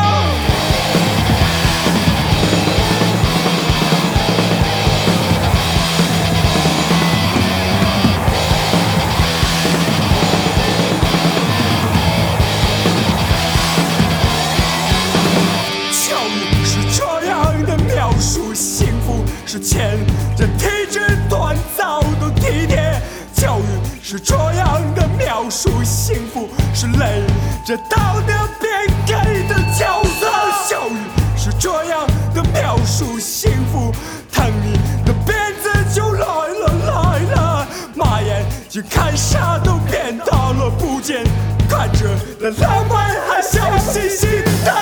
教育是这样的描述幸福，是欠着体制锻造的体贴。教育是这样的描述幸福，是累着道德边给的角色。教育是这样的描述幸福，疼你的鞭子就来了来了，马眼睛看啥都变大了，不见看着那浪漫还笑嘻嘻的。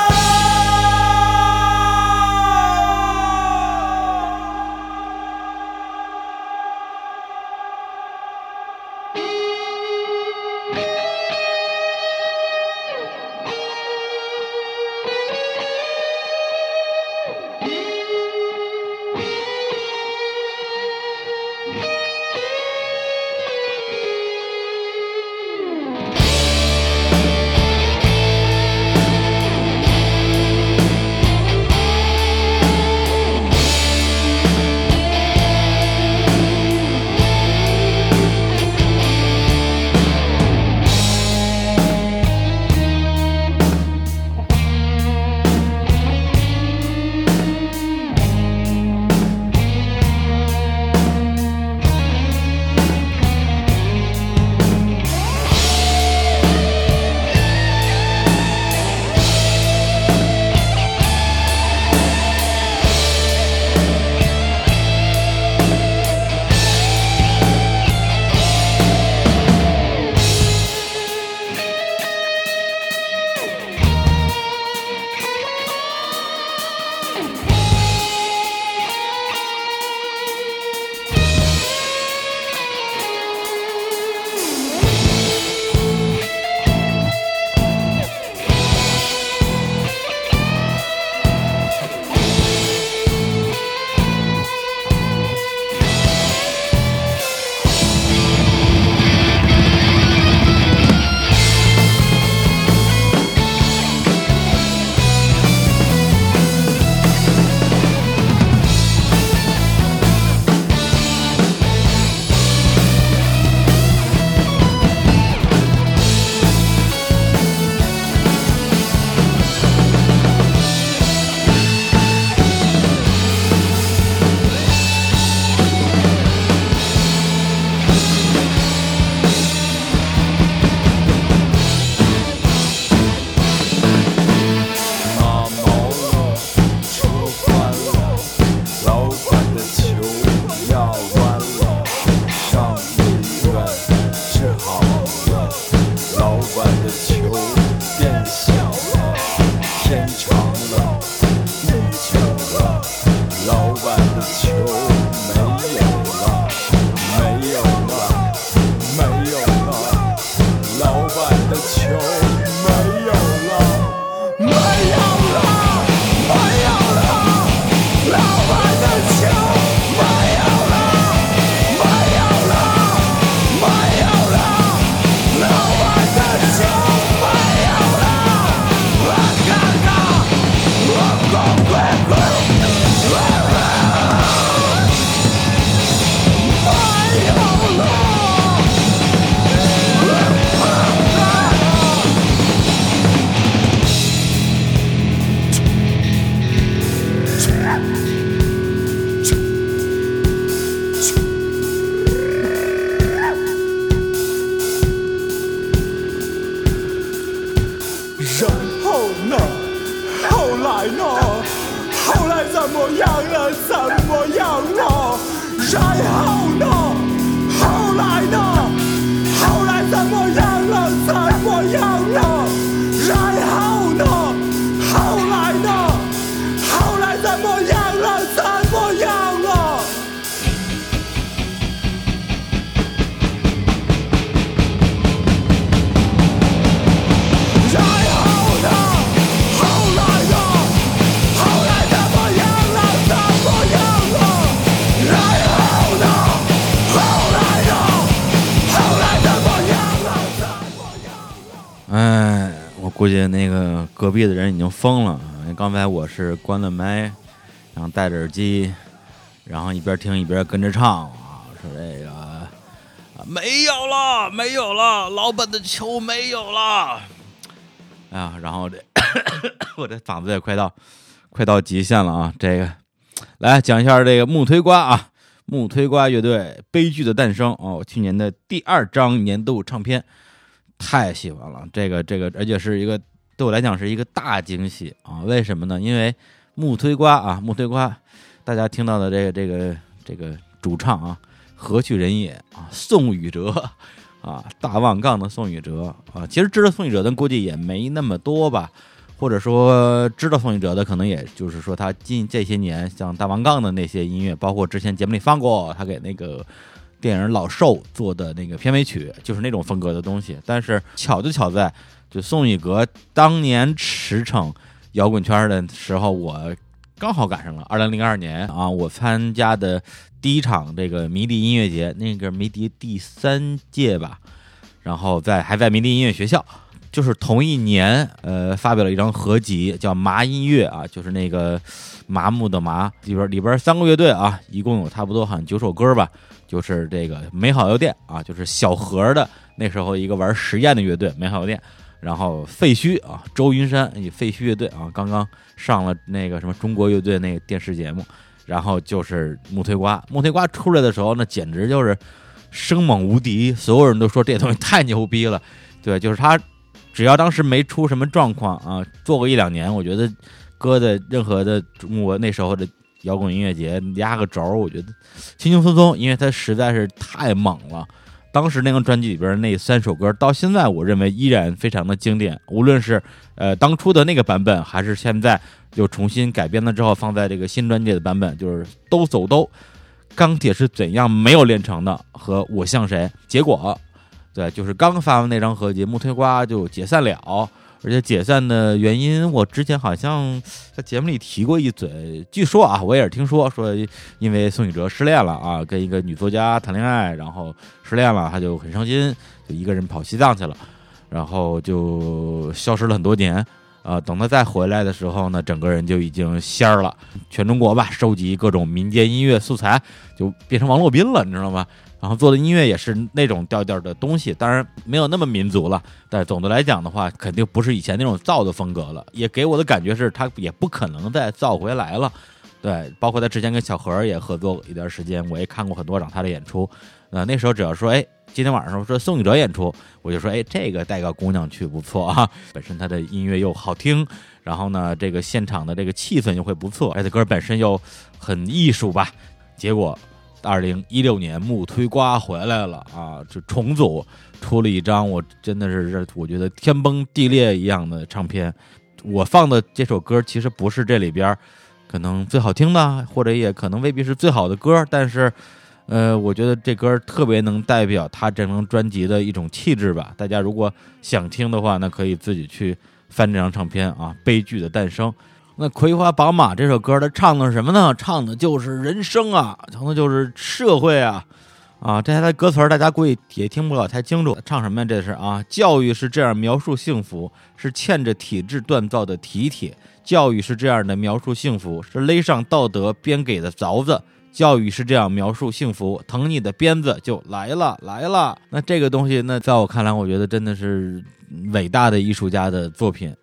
然后呢？后来呢？后来怎么样了？怎么样了？然后呢？后来呢？后来怎么样了？怎么样了？然后呢？后来呢？后来怎么样了？怎么样了？然后呢？后来呢？后来怎么样了？怎么样了？然后呢？后来呢？后来怎么样了？怎么样了？ 哎，我估计那个隔壁的人已经疯了。刚才我是关了麦，然后戴着耳机，然后一边听一边跟着唱啊，说这个啊没有了，没有了，老本的球没有了。哎呀，然后这我这嗓子也快到快到极限了啊！这个来讲一下这个木推瓜啊，木推瓜乐队悲剧的诞生哦，去年的第二张年度唱片，太喜欢了。这个这个，而且是一个对我来讲是一个大惊喜啊！为什么呢？因为木推瓜啊，木推瓜，大家听到的这个这个这个主唱啊，何许人也啊？宋宇哲啊，大旺杠的宋宇哲啊，其实知道宋宇哲的估计也没那么多吧，或者说知道宋宇哲的，可能也就是说他近这些年像大旺杠的那些音乐，包括之前节目里放过他给那个电影《老兽》做的那个片尾曲，就是那种风格的东西。但是巧就巧在，就宋宇哲当年驰骋摇滚圈的时候，我刚好赶上了二零零二年啊，我参加的第一场这个迷笛音乐节，那个迷笛第三届吧，然后在还在迷笛音乐学校，就是同一年，呃，发表了一张合集，叫《麻音乐》啊，就是那个麻木的麻，里边里边三个乐队啊，一共有差不多好像九首歌吧，就是这个美好药店啊，就是小盒的那时候一个玩实验的乐队美好药店。然后废墟啊，周云山以废墟乐队啊，刚刚上了那个什么中国乐队那个电视节目，然后就是木推瓜，木推瓜出来的时候那简直就是生猛无敌，所有人都说这东西太牛逼了。对，就是他只要当时没出什么状况啊，做个一两年，我觉得搁在任何的中国那时候的摇滚音乐节压个轴，我觉得轻轻松松，因为他实在是太猛了。当时那张专辑里边那三首歌，到现在我认为依然非常的经典，无论是呃当初的那个版本，还是现在又重新改编了之后放在这个新专辑的版本，就是都走都，钢铁是怎样没有炼成的和我像谁，结果对，就是刚发完那张合集，木推瓜就解散了。而且解散的原因，我之前好像在节目里提过一嘴。据说啊，我也是听说，说因为宋宇哲失恋了啊，跟一个女作家谈恋爱，然后失恋了，他就很伤心，就一个人跑西藏去了，然后就消失了很多年。啊、呃，等他再回来的时候呢，整个人就已经仙儿了，全中国吧，收集各种民间音乐素材，就变成王洛宾了，你知道吗？然后做的音乐也是那种调调的东西，当然没有那么民族了，但总的来讲的话，肯定不是以前那种造的风格了。也给我的感觉是，他也不可能再造回来了。对，包括他之前跟小何也合作一段时间，我也看过很多场他的演出。呃，那时候只要说，哎，今天晚上说宋宇哲演出，我就说，哎，这个带个姑娘去不错啊。本身他的音乐又好听，然后呢，这个现场的这个气氛又会不错，而且歌本身又很艺术吧。结果二零一六年木推瓜回来了啊，就重组出了一张我真的是我觉得天崩地裂一样的唱片。我放的这首歌其实不是这里边可能最好听的，或者也可能未必是最好的歌，但是呃，我觉得这歌特别能代表他整张专辑的一种气质吧。大家如果想听的话，那可以自己去翻这张唱片啊，悲剧的诞生。那葵花宝马这首歌它唱的是什么呢？唱的就是人生啊，唱的就是社会啊，啊，这台歌词大家估计也听不了太清楚，唱什么呀？这是啊，教育是这样描述幸福，是嵌着体制锻造的体铁；教育是这样的描述幸福，是勒上道德编给的凿子；教育是这样描述幸福，疼你的鞭子就来了来了。那这个东西，那在我看来，我觉得真的是伟大的艺术家的作品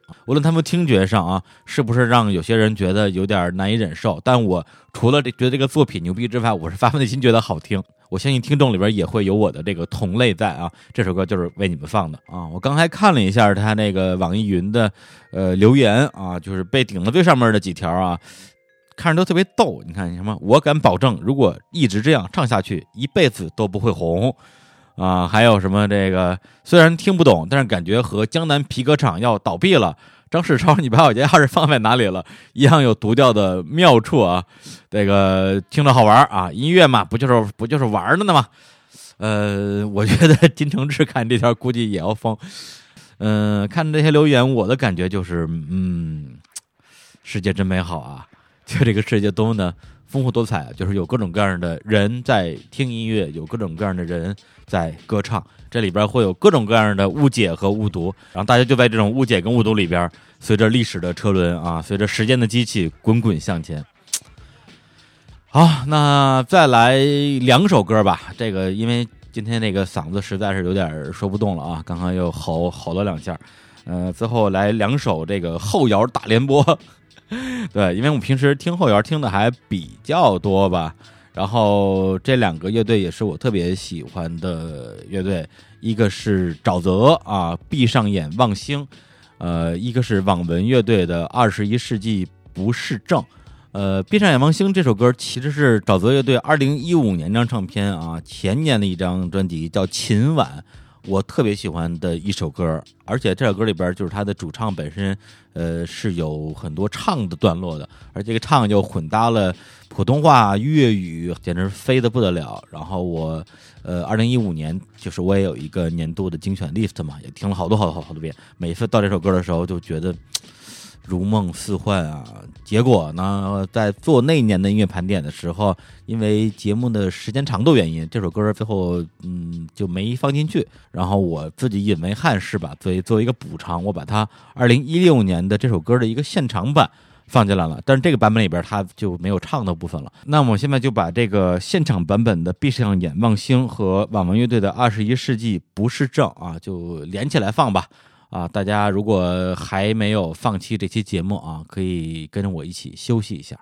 无论他们听觉上啊是不是让有些人觉得有点难以忍受，但我除了觉得这个作品牛逼之外，我是发自内心觉得好听。我相信听众里边也会有我的这个同类在啊，这首歌就是为你们放的啊。我刚才看了一下他那个网易云的呃留言啊，就是被顶到最上面的几条啊，看着都特别逗。你看什么？我敢保证，如果一直这样唱下去，一辈子都不会红啊。还有什么这个虽然听不懂，但是感觉和江南皮革厂要倒闭了。张世超，你把我家钥匙放在哪里了？一样有独调的妙处啊，这个听着好玩啊，音乐嘛，不就是不就是玩的呢吗？呃，我觉得金承志看这条估计也要疯。嗯、呃，看这些留言，我的感觉就是，嗯，世界真美好啊！就这个世界多么的丰富多彩，就是有各种各样的人在听音乐，有各种各样的人在歌唱，这里边会有各种各样的误解和误读，然后大家就在这种误解跟误读里边，随着历史的车轮啊，随着时间的机器滚滚向前。好，那再来两首歌吧。这个因为今天那个嗓子实在是有点说不动了啊，刚刚又吼吼了两下，呃，最后来两首这个后摇大联播。对，因为我平时听后摇听的还比较多吧，然后这两个乐队也是我特别喜欢的乐队，一个是沼泽啊，闭上眼望星，呃，一个是网文乐队的二十一世纪不是正。呃，闭上眼望星这首歌其实是沼泽乐队二零一五年这张唱片啊，前年的一张专辑叫《琴晚》，我特别喜欢的一首歌，而且这首歌里边就是它的主唱本身，呃，是有很多唱的段落的，而这个唱又混搭了普通话、粤语，简直飞得不得了。然后我，呃，二零一五年就是我也有一个年度的精选 list 嘛，也听了好多好多好多遍，每次到这首歌的时候就觉得如梦似幻啊！结果呢，在做那一年的音乐盘点的时候，因为节目的时间长度原因，这首歌最后嗯就没放进去。然后我自己引为憾事吧，所以作为一个补偿，我把它二零一六年的这首歌的一个现场版放进来了。但是这个版本里边它就没有唱的部分了。那么我现在就把这个现场版本的《闭上眼望星》和网文乐队的《二十一世纪不是正》啊，就连起来放吧。啊，大家如果还没有放弃这期节目啊，可以跟着我一起休息一下。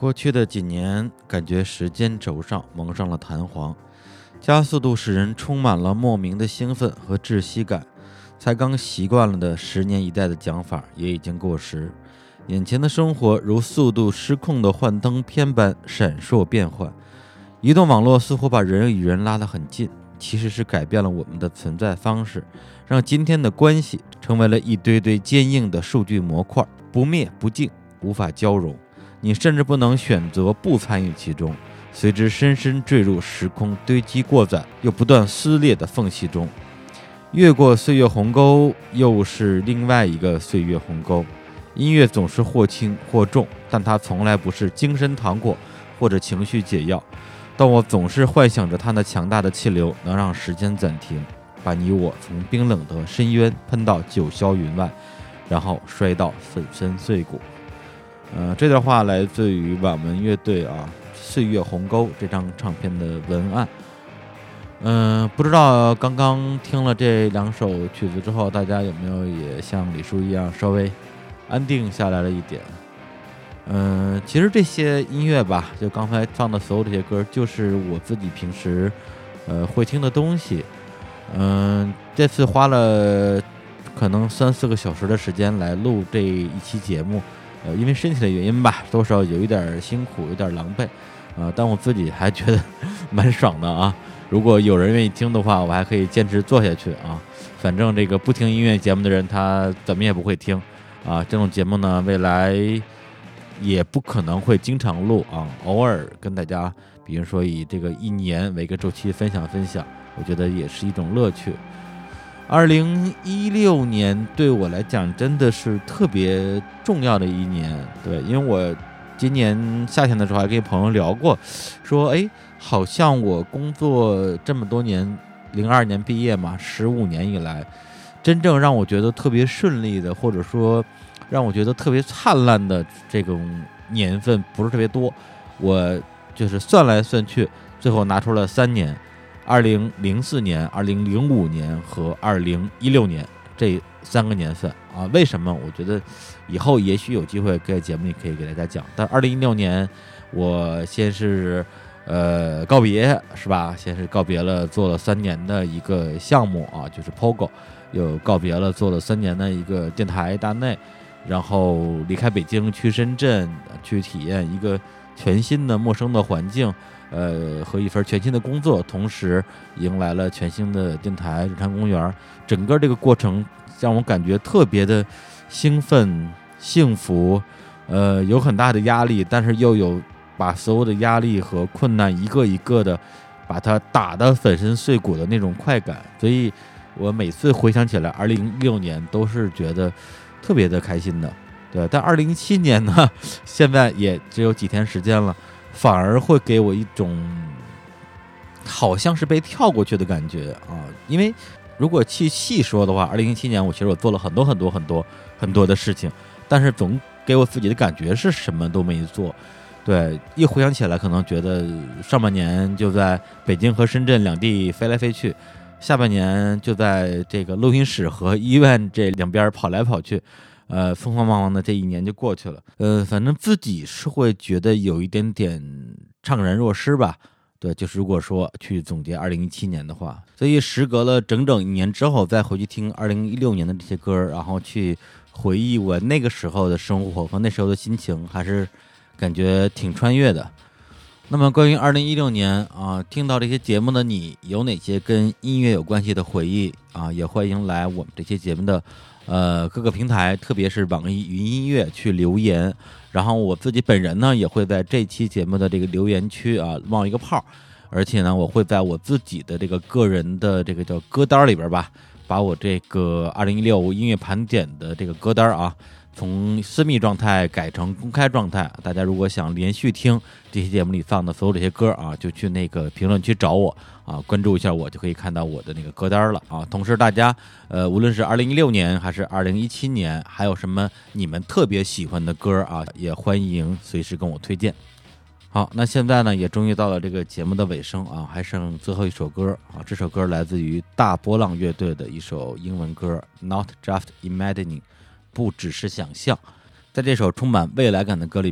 过去的几年，感觉时间轴上蒙上了弹簧，加速度使人充满了莫名的兴奋和窒息感。才刚习惯了的十年一代的讲法也已经过时，眼前的生活如速度失控的幻灯片般闪烁变幻。移动网络似乎把人与人拉得很近，其实是改变了我们的存在方式，让今天的关系成为了一堆堆坚硬的数据模块，不灭不净，无法交融。你甚至不能选择不参与其中，随之深深坠入时空堆积过载又不断撕裂的缝隙中。越过岁月鸿沟，又是另外一个岁月鸿沟。音乐总是或轻或重，但它从来不是精神糖果或者情绪解药。但我总是幻想着它那强大的气流能让时间暂停，把你我从冰冷的深渊喷到九霄云外，然后摔到粉身碎骨。呃，这段话来自于网文乐队啊《岁月鸿沟》这张唱片的文案。嗯、呃，不知道刚刚听了这两首曲子之后，大家有没有也像李叔一样稍微安定下来了一点？嗯、呃，其实这些音乐吧，就刚才放的所有这些歌，就是我自己平时呃会听的东西。嗯、呃，这次花了可能三四个小时的时间来录这一期节目，呃，因为身体的原因吧，多少有一点辛苦，有点狼狈，呃，但我自己还觉得蛮爽的啊。如果有人愿意听的话，我还可以坚持做下去啊。反正这个不听音乐节目的人，他怎么也不会听啊。这种节目呢，未来也不可能会经常录啊，偶尔跟大家，比如说以这个一年为个周期分享分享，我觉得也是一种乐趣。二零一六年对我来讲真的是特别重要的一年，对，因为我今年夏天的时候还跟朋友聊过，说哎，好像我工作这么多年，零二年毕业嘛，十五年以来，真正让我觉得特别顺利的，或者说让我觉得特别灿烂的这种年份不是特别多。我就是算来算去，最后拿出了三年，二零零四年、二零零五年和二零一六年这三个年份啊。为什么？我觉得以后也许有机会在节目里可以给大家讲。但二零一六年，我先是呃告别是吧？先是告别了做了三年的一个项目啊，就是 P O G O， 又告别了做了三年的一个电台大内，然后离开北京去深圳去体验一个全新的陌生的环境，呃和一份全新的工作，同时迎来了全新的电台日坛公园。整个这个过程让我感觉特别的兴奋幸福，呃有很大的压力，但是又有把所有的压力和困难一个一个的把它打得粉身碎骨的那种快感。所以我每次回想起来二零一六年都是觉得特别的开心的，对。但二零一七年呢，现在也只有几天时间了，反而会给我一种好像是被跳过去的感觉啊。因为如果去细说的话，二零一七年我其实我做了很多很多很多很多的事情，但是总给我自己的感觉是什么都没做。对，一回想起来，可能觉得上半年就在北京和深圳两地飞来飞去，下半年就在这个录音室和医院这两边跑来跑去，呃，疯疯忙忙的这一年就过去了。呃，反正自己是会觉得有一点点怅然若失吧。对，就是如果说去总结二零一七年的话，所以时隔了整整一年之后，再回去听二零一六年的这些歌，然后去回忆我那个时候的生活和那时候的心情，还是感觉挺穿越的。那么关于二零一六年啊，听到这些节目的你有哪些跟音乐有关系的回忆啊？也欢迎来我们这些节目的呃各个平台，特别是网易云音乐去留言。然后我自己本人呢，也会在这期节目的这个留言区啊冒一个泡，而且呢，我会在我自己的这个个人的这个叫歌单里边吧，把我这个二零一六音乐盘点的这个歌单啊，从私密状态改成公开状态。大家如果想连续听这些节目里放的所有这些歌啊，就去那个评论区找我啊，关注一下我，就可以看到我的那个歌单了啊。同时大家呃无论是二零一六年还是二零一七年，还有什么你们特别喜欢的歌啊，也欢迎随时跟我推荐。好，那现在呢也终于到了这个节目的尾声啊，还剩最后一首歌啊，这首歌来自于大波浪乐队的一首英文歌 Not Just Imagining， 不只是想象。在这首充满未来感的歌里边，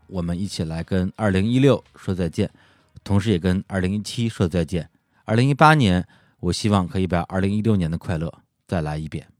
我们一起来跟二零一六说再见，同时也跟二零一七说再见。二零一八年，我希望可以把二零一六年的快乐再来一遍。